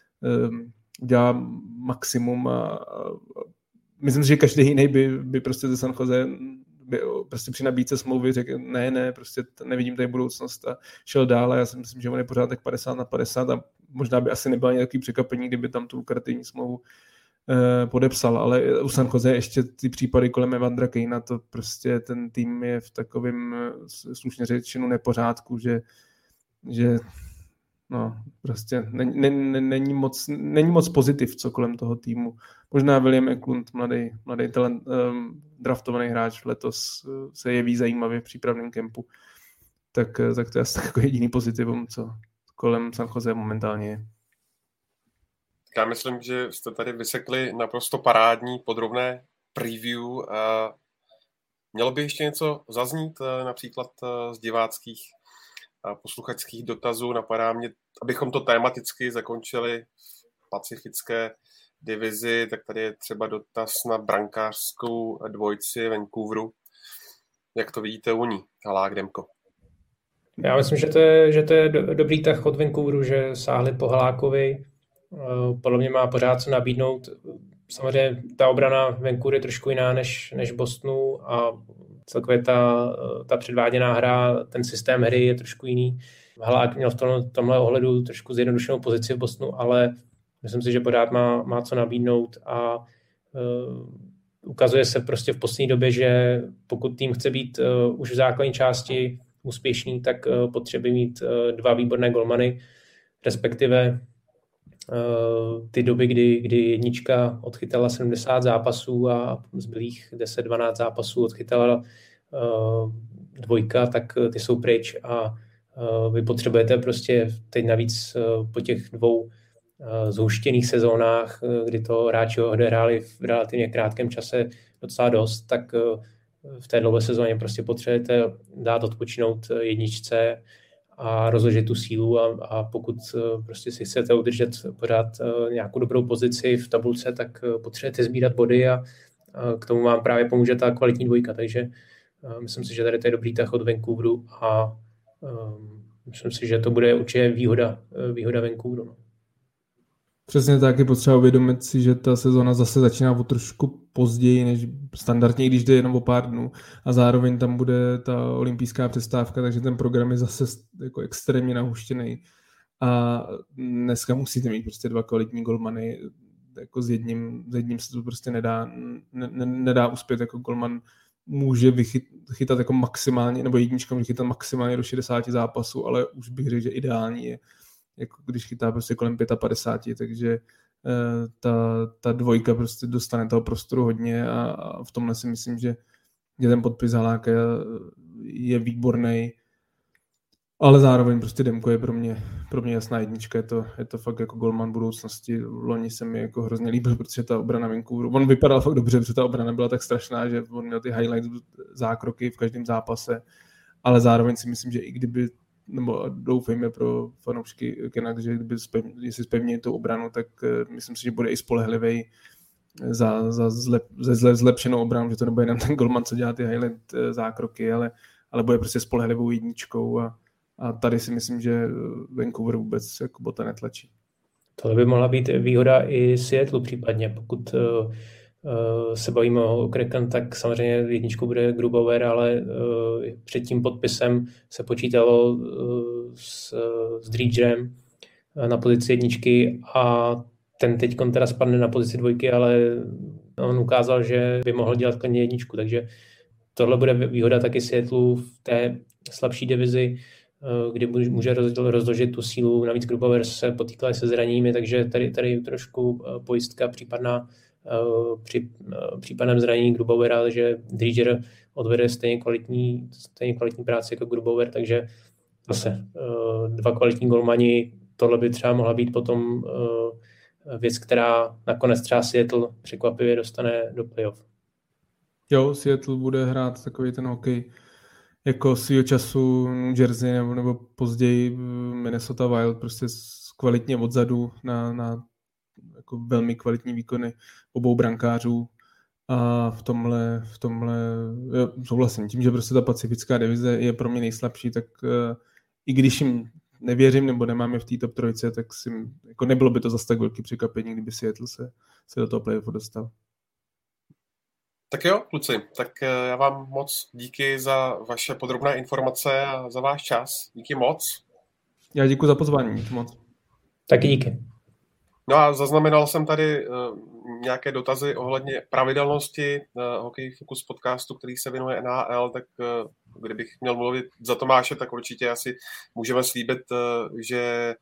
dělá maximum a myslím, že každý jiný by prostě ze San Jose prostě při nabídce smlouvy řekl, ne, prostě nevidím tady budoucnost a šel dál a já si myslím, že on je pořád tak 50/50 a možná by asi nebylo nějaký překvapení, kdyby tam tu lukrativní smlouvu podepsal, ale u San Jose ještě ty případy kolem Evandra Kejna, to prostě ten tým je v takovém slušně řečeno nepořádku, že no, prostě není moc pozitiv, co kolem toho týmu. Možná William Eklund, mladý talent, draftovaný hráč letos se jeví zajímavě v přípravném kempu. Tak to je asi jako jediný pozitivum, co kolem San Jose momentálně je. Já myslím, že jste tady vysekli naprosto parádní podrobné preview. Mělo by ještě něco zaznít, například z diváckých a posluchačských dotazů? Napadá mě, abychom to tematicky zakončili v pacifické divizi, tak tady je třeba dotaz na brankářskou dvojici Vancouveru. Jak to vidíte u ní, Halák, Demko? Já myslím, že to je dobrý tah od Vancouveru, že sáhli po Halákovi. Podle mě má pořád co nabídnout. Samozřejmě ta obrana Vancouveru je trošku jiná než Bostonu a celkově ta předváděná hra, ten systém hry je trošku jiný. Halák měl v tomhle ohledu trošku zjednodušenou pozici v Bostonu, ale myslím si, že pořád má co nabídnout a ukazuje se prostě v poslední době, že pokud tým chce být už v základní části úspěšný, tak potřebuje mít 2 výborné golmany, respektive ty doby, kdy jednička odchytala 70 zápasů a zbylých 10-12 zápasů odchytala dvojka, tak ty jsou pryč a vy potřebujete prostě teď navíc po těch 2 zhuštěných sezónách, kdy to hráči odehráli v relativně krátkém čase docela dost, tak v té dlouhé sezóně prostě potřebujete dát odpočinout jedničce a rozložit tu sílu a pokud prostě si chcete udržet pořád nějakou dobrou pozici v tabulce, tak potřebujete sbírat body a k tomu vám právě pomůže ta kvalitní dvojka, takže myslím si, že tady to je dobrý tah od Vancouveru a myslím si, že to bude určitě výhoda Vancouveru. No. Přesně tak, je potřeba uvědomit si, že ta sezona zase začíná o trošku později než standardně, když jde jenom o pár dnů a zároveň tam bude ta olympijská přestávka, takže ten program je zase jako extrémně nahuštěný a dneska musíte mít prostě 2 kvalitní golmany, jako s jedním se to prostě nedá uspět, jako golman může chytat jako maximálně, nebo jednička může chytat maximálně do 60 zápasů, ale už bych řekl, že ideální je jako když chytá prostě kolem 55, takže ta dvojka prostě dostane toho prostoru hodně a v tomhle si myslím, že ten podpis Haláka je výborný, ale zároveň prostě Demko je pro mě jasná jednička, je to fakt jako golman budoucnosti. Loni se mi jako hrozně líbil, protože ta obrana Vancouveru, on vypadal fakt dobře, protože ta obrana byla tak strašná, že on měl ty highlights, zákroky v každém zápase, ale zároveň si myslím, že i kdyby nebo doufejme pro fanoušky Canucks, že jestli spevní tu obranu, tak myslím si, že bude i spolehlivý za zlepšenou obranu, že to nebude jenom ten golman, co dělá ty highlight zákroky, ale bude prostě spolehlivou jedničkou a tady si myslím, že Vancouver vůbec jako bota netlačí. Tohle by mohla být výhoda i Seattle případně, pokud se bavíme o Kraken, tak samozřejmě jedničkou bude Grubauer, ale před tím podpisem se počítalo s Dreigerem na pozici jedničky a ten teď teda spadne na pozici dvojky, ale on ukázal, že by mohl dělat klidně jedničku, takže tohle bude výhoda taky Seattleu v té slabší divizi, kdy může rozložit tu sílu, navíc Grubauer se potýkal se zraněními, takže tady trošku pojistka případná při případném zranění Grubauera, že Dreiger odvede stejně kvalitní práci jako Grubauer, takže zase 2 kvalitní golmani, tohle by třeba mohla být potom věc, která nakonec třeba Seattle překvapivě dostane do playoff. Jo, Seattle bude hrát takový ten hokej jako svýho času Jersey nebo později Minnesota Wild, prostě kvalitně odzadu na jako velmi kvalitní výkony obou brankářů a v tomhle souhlasím. Tím, že prostě ta pacifická divize je pro mě nejslabší, tak i když jim nevěřím nebo nemám je v té top 3, tak si jako nebylo by to zase tak velký překvapení, kdyby Seattle se do toho playoffu dostal. Tak jo, kluci, tak já vám moc díky za vaše podrobné informace a za váš čas. Díky moc. Já děkuji za pozvání, díky moc. Taky díky. No a zaznamenal jsem tady nějaké dotazy ohledně pravidelnosti Hokej Focus podcastu, který se věnuje NHL, tak kdybych měl mluvit za Tomáše, tak určitě asi můžeme slíbit, že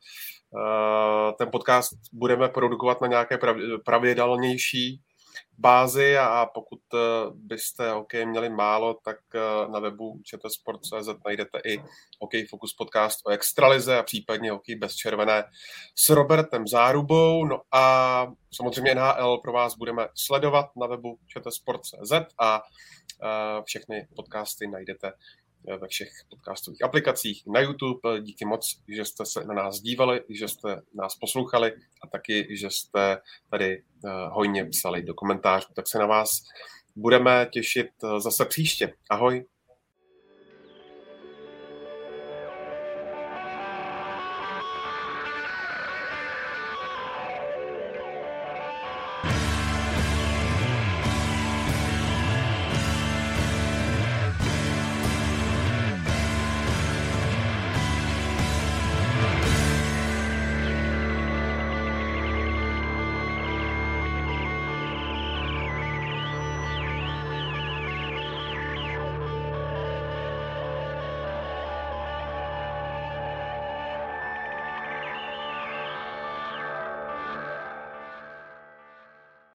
ten podcast budeme produkovat na nějaké pravidelnější bázi a pokud byste hokej měli málo, tak na webu čtsport.cz najdete i Hokej Focus podcast o extralize a případně hokej bez červené s Robertem Zárubou. No a samozřejmě NHL pro vás budeme sledovat na webu čtsport.cz a všechny podcasty najdete ve všech podcastových aplikacích, na YouTube. Díky moc, že jste se na nás dívali, že jste nás poslouchali a taky, že jste tady hojně psali do komentářů. Tak se na vás budeme těšit zase příště. Ahoj.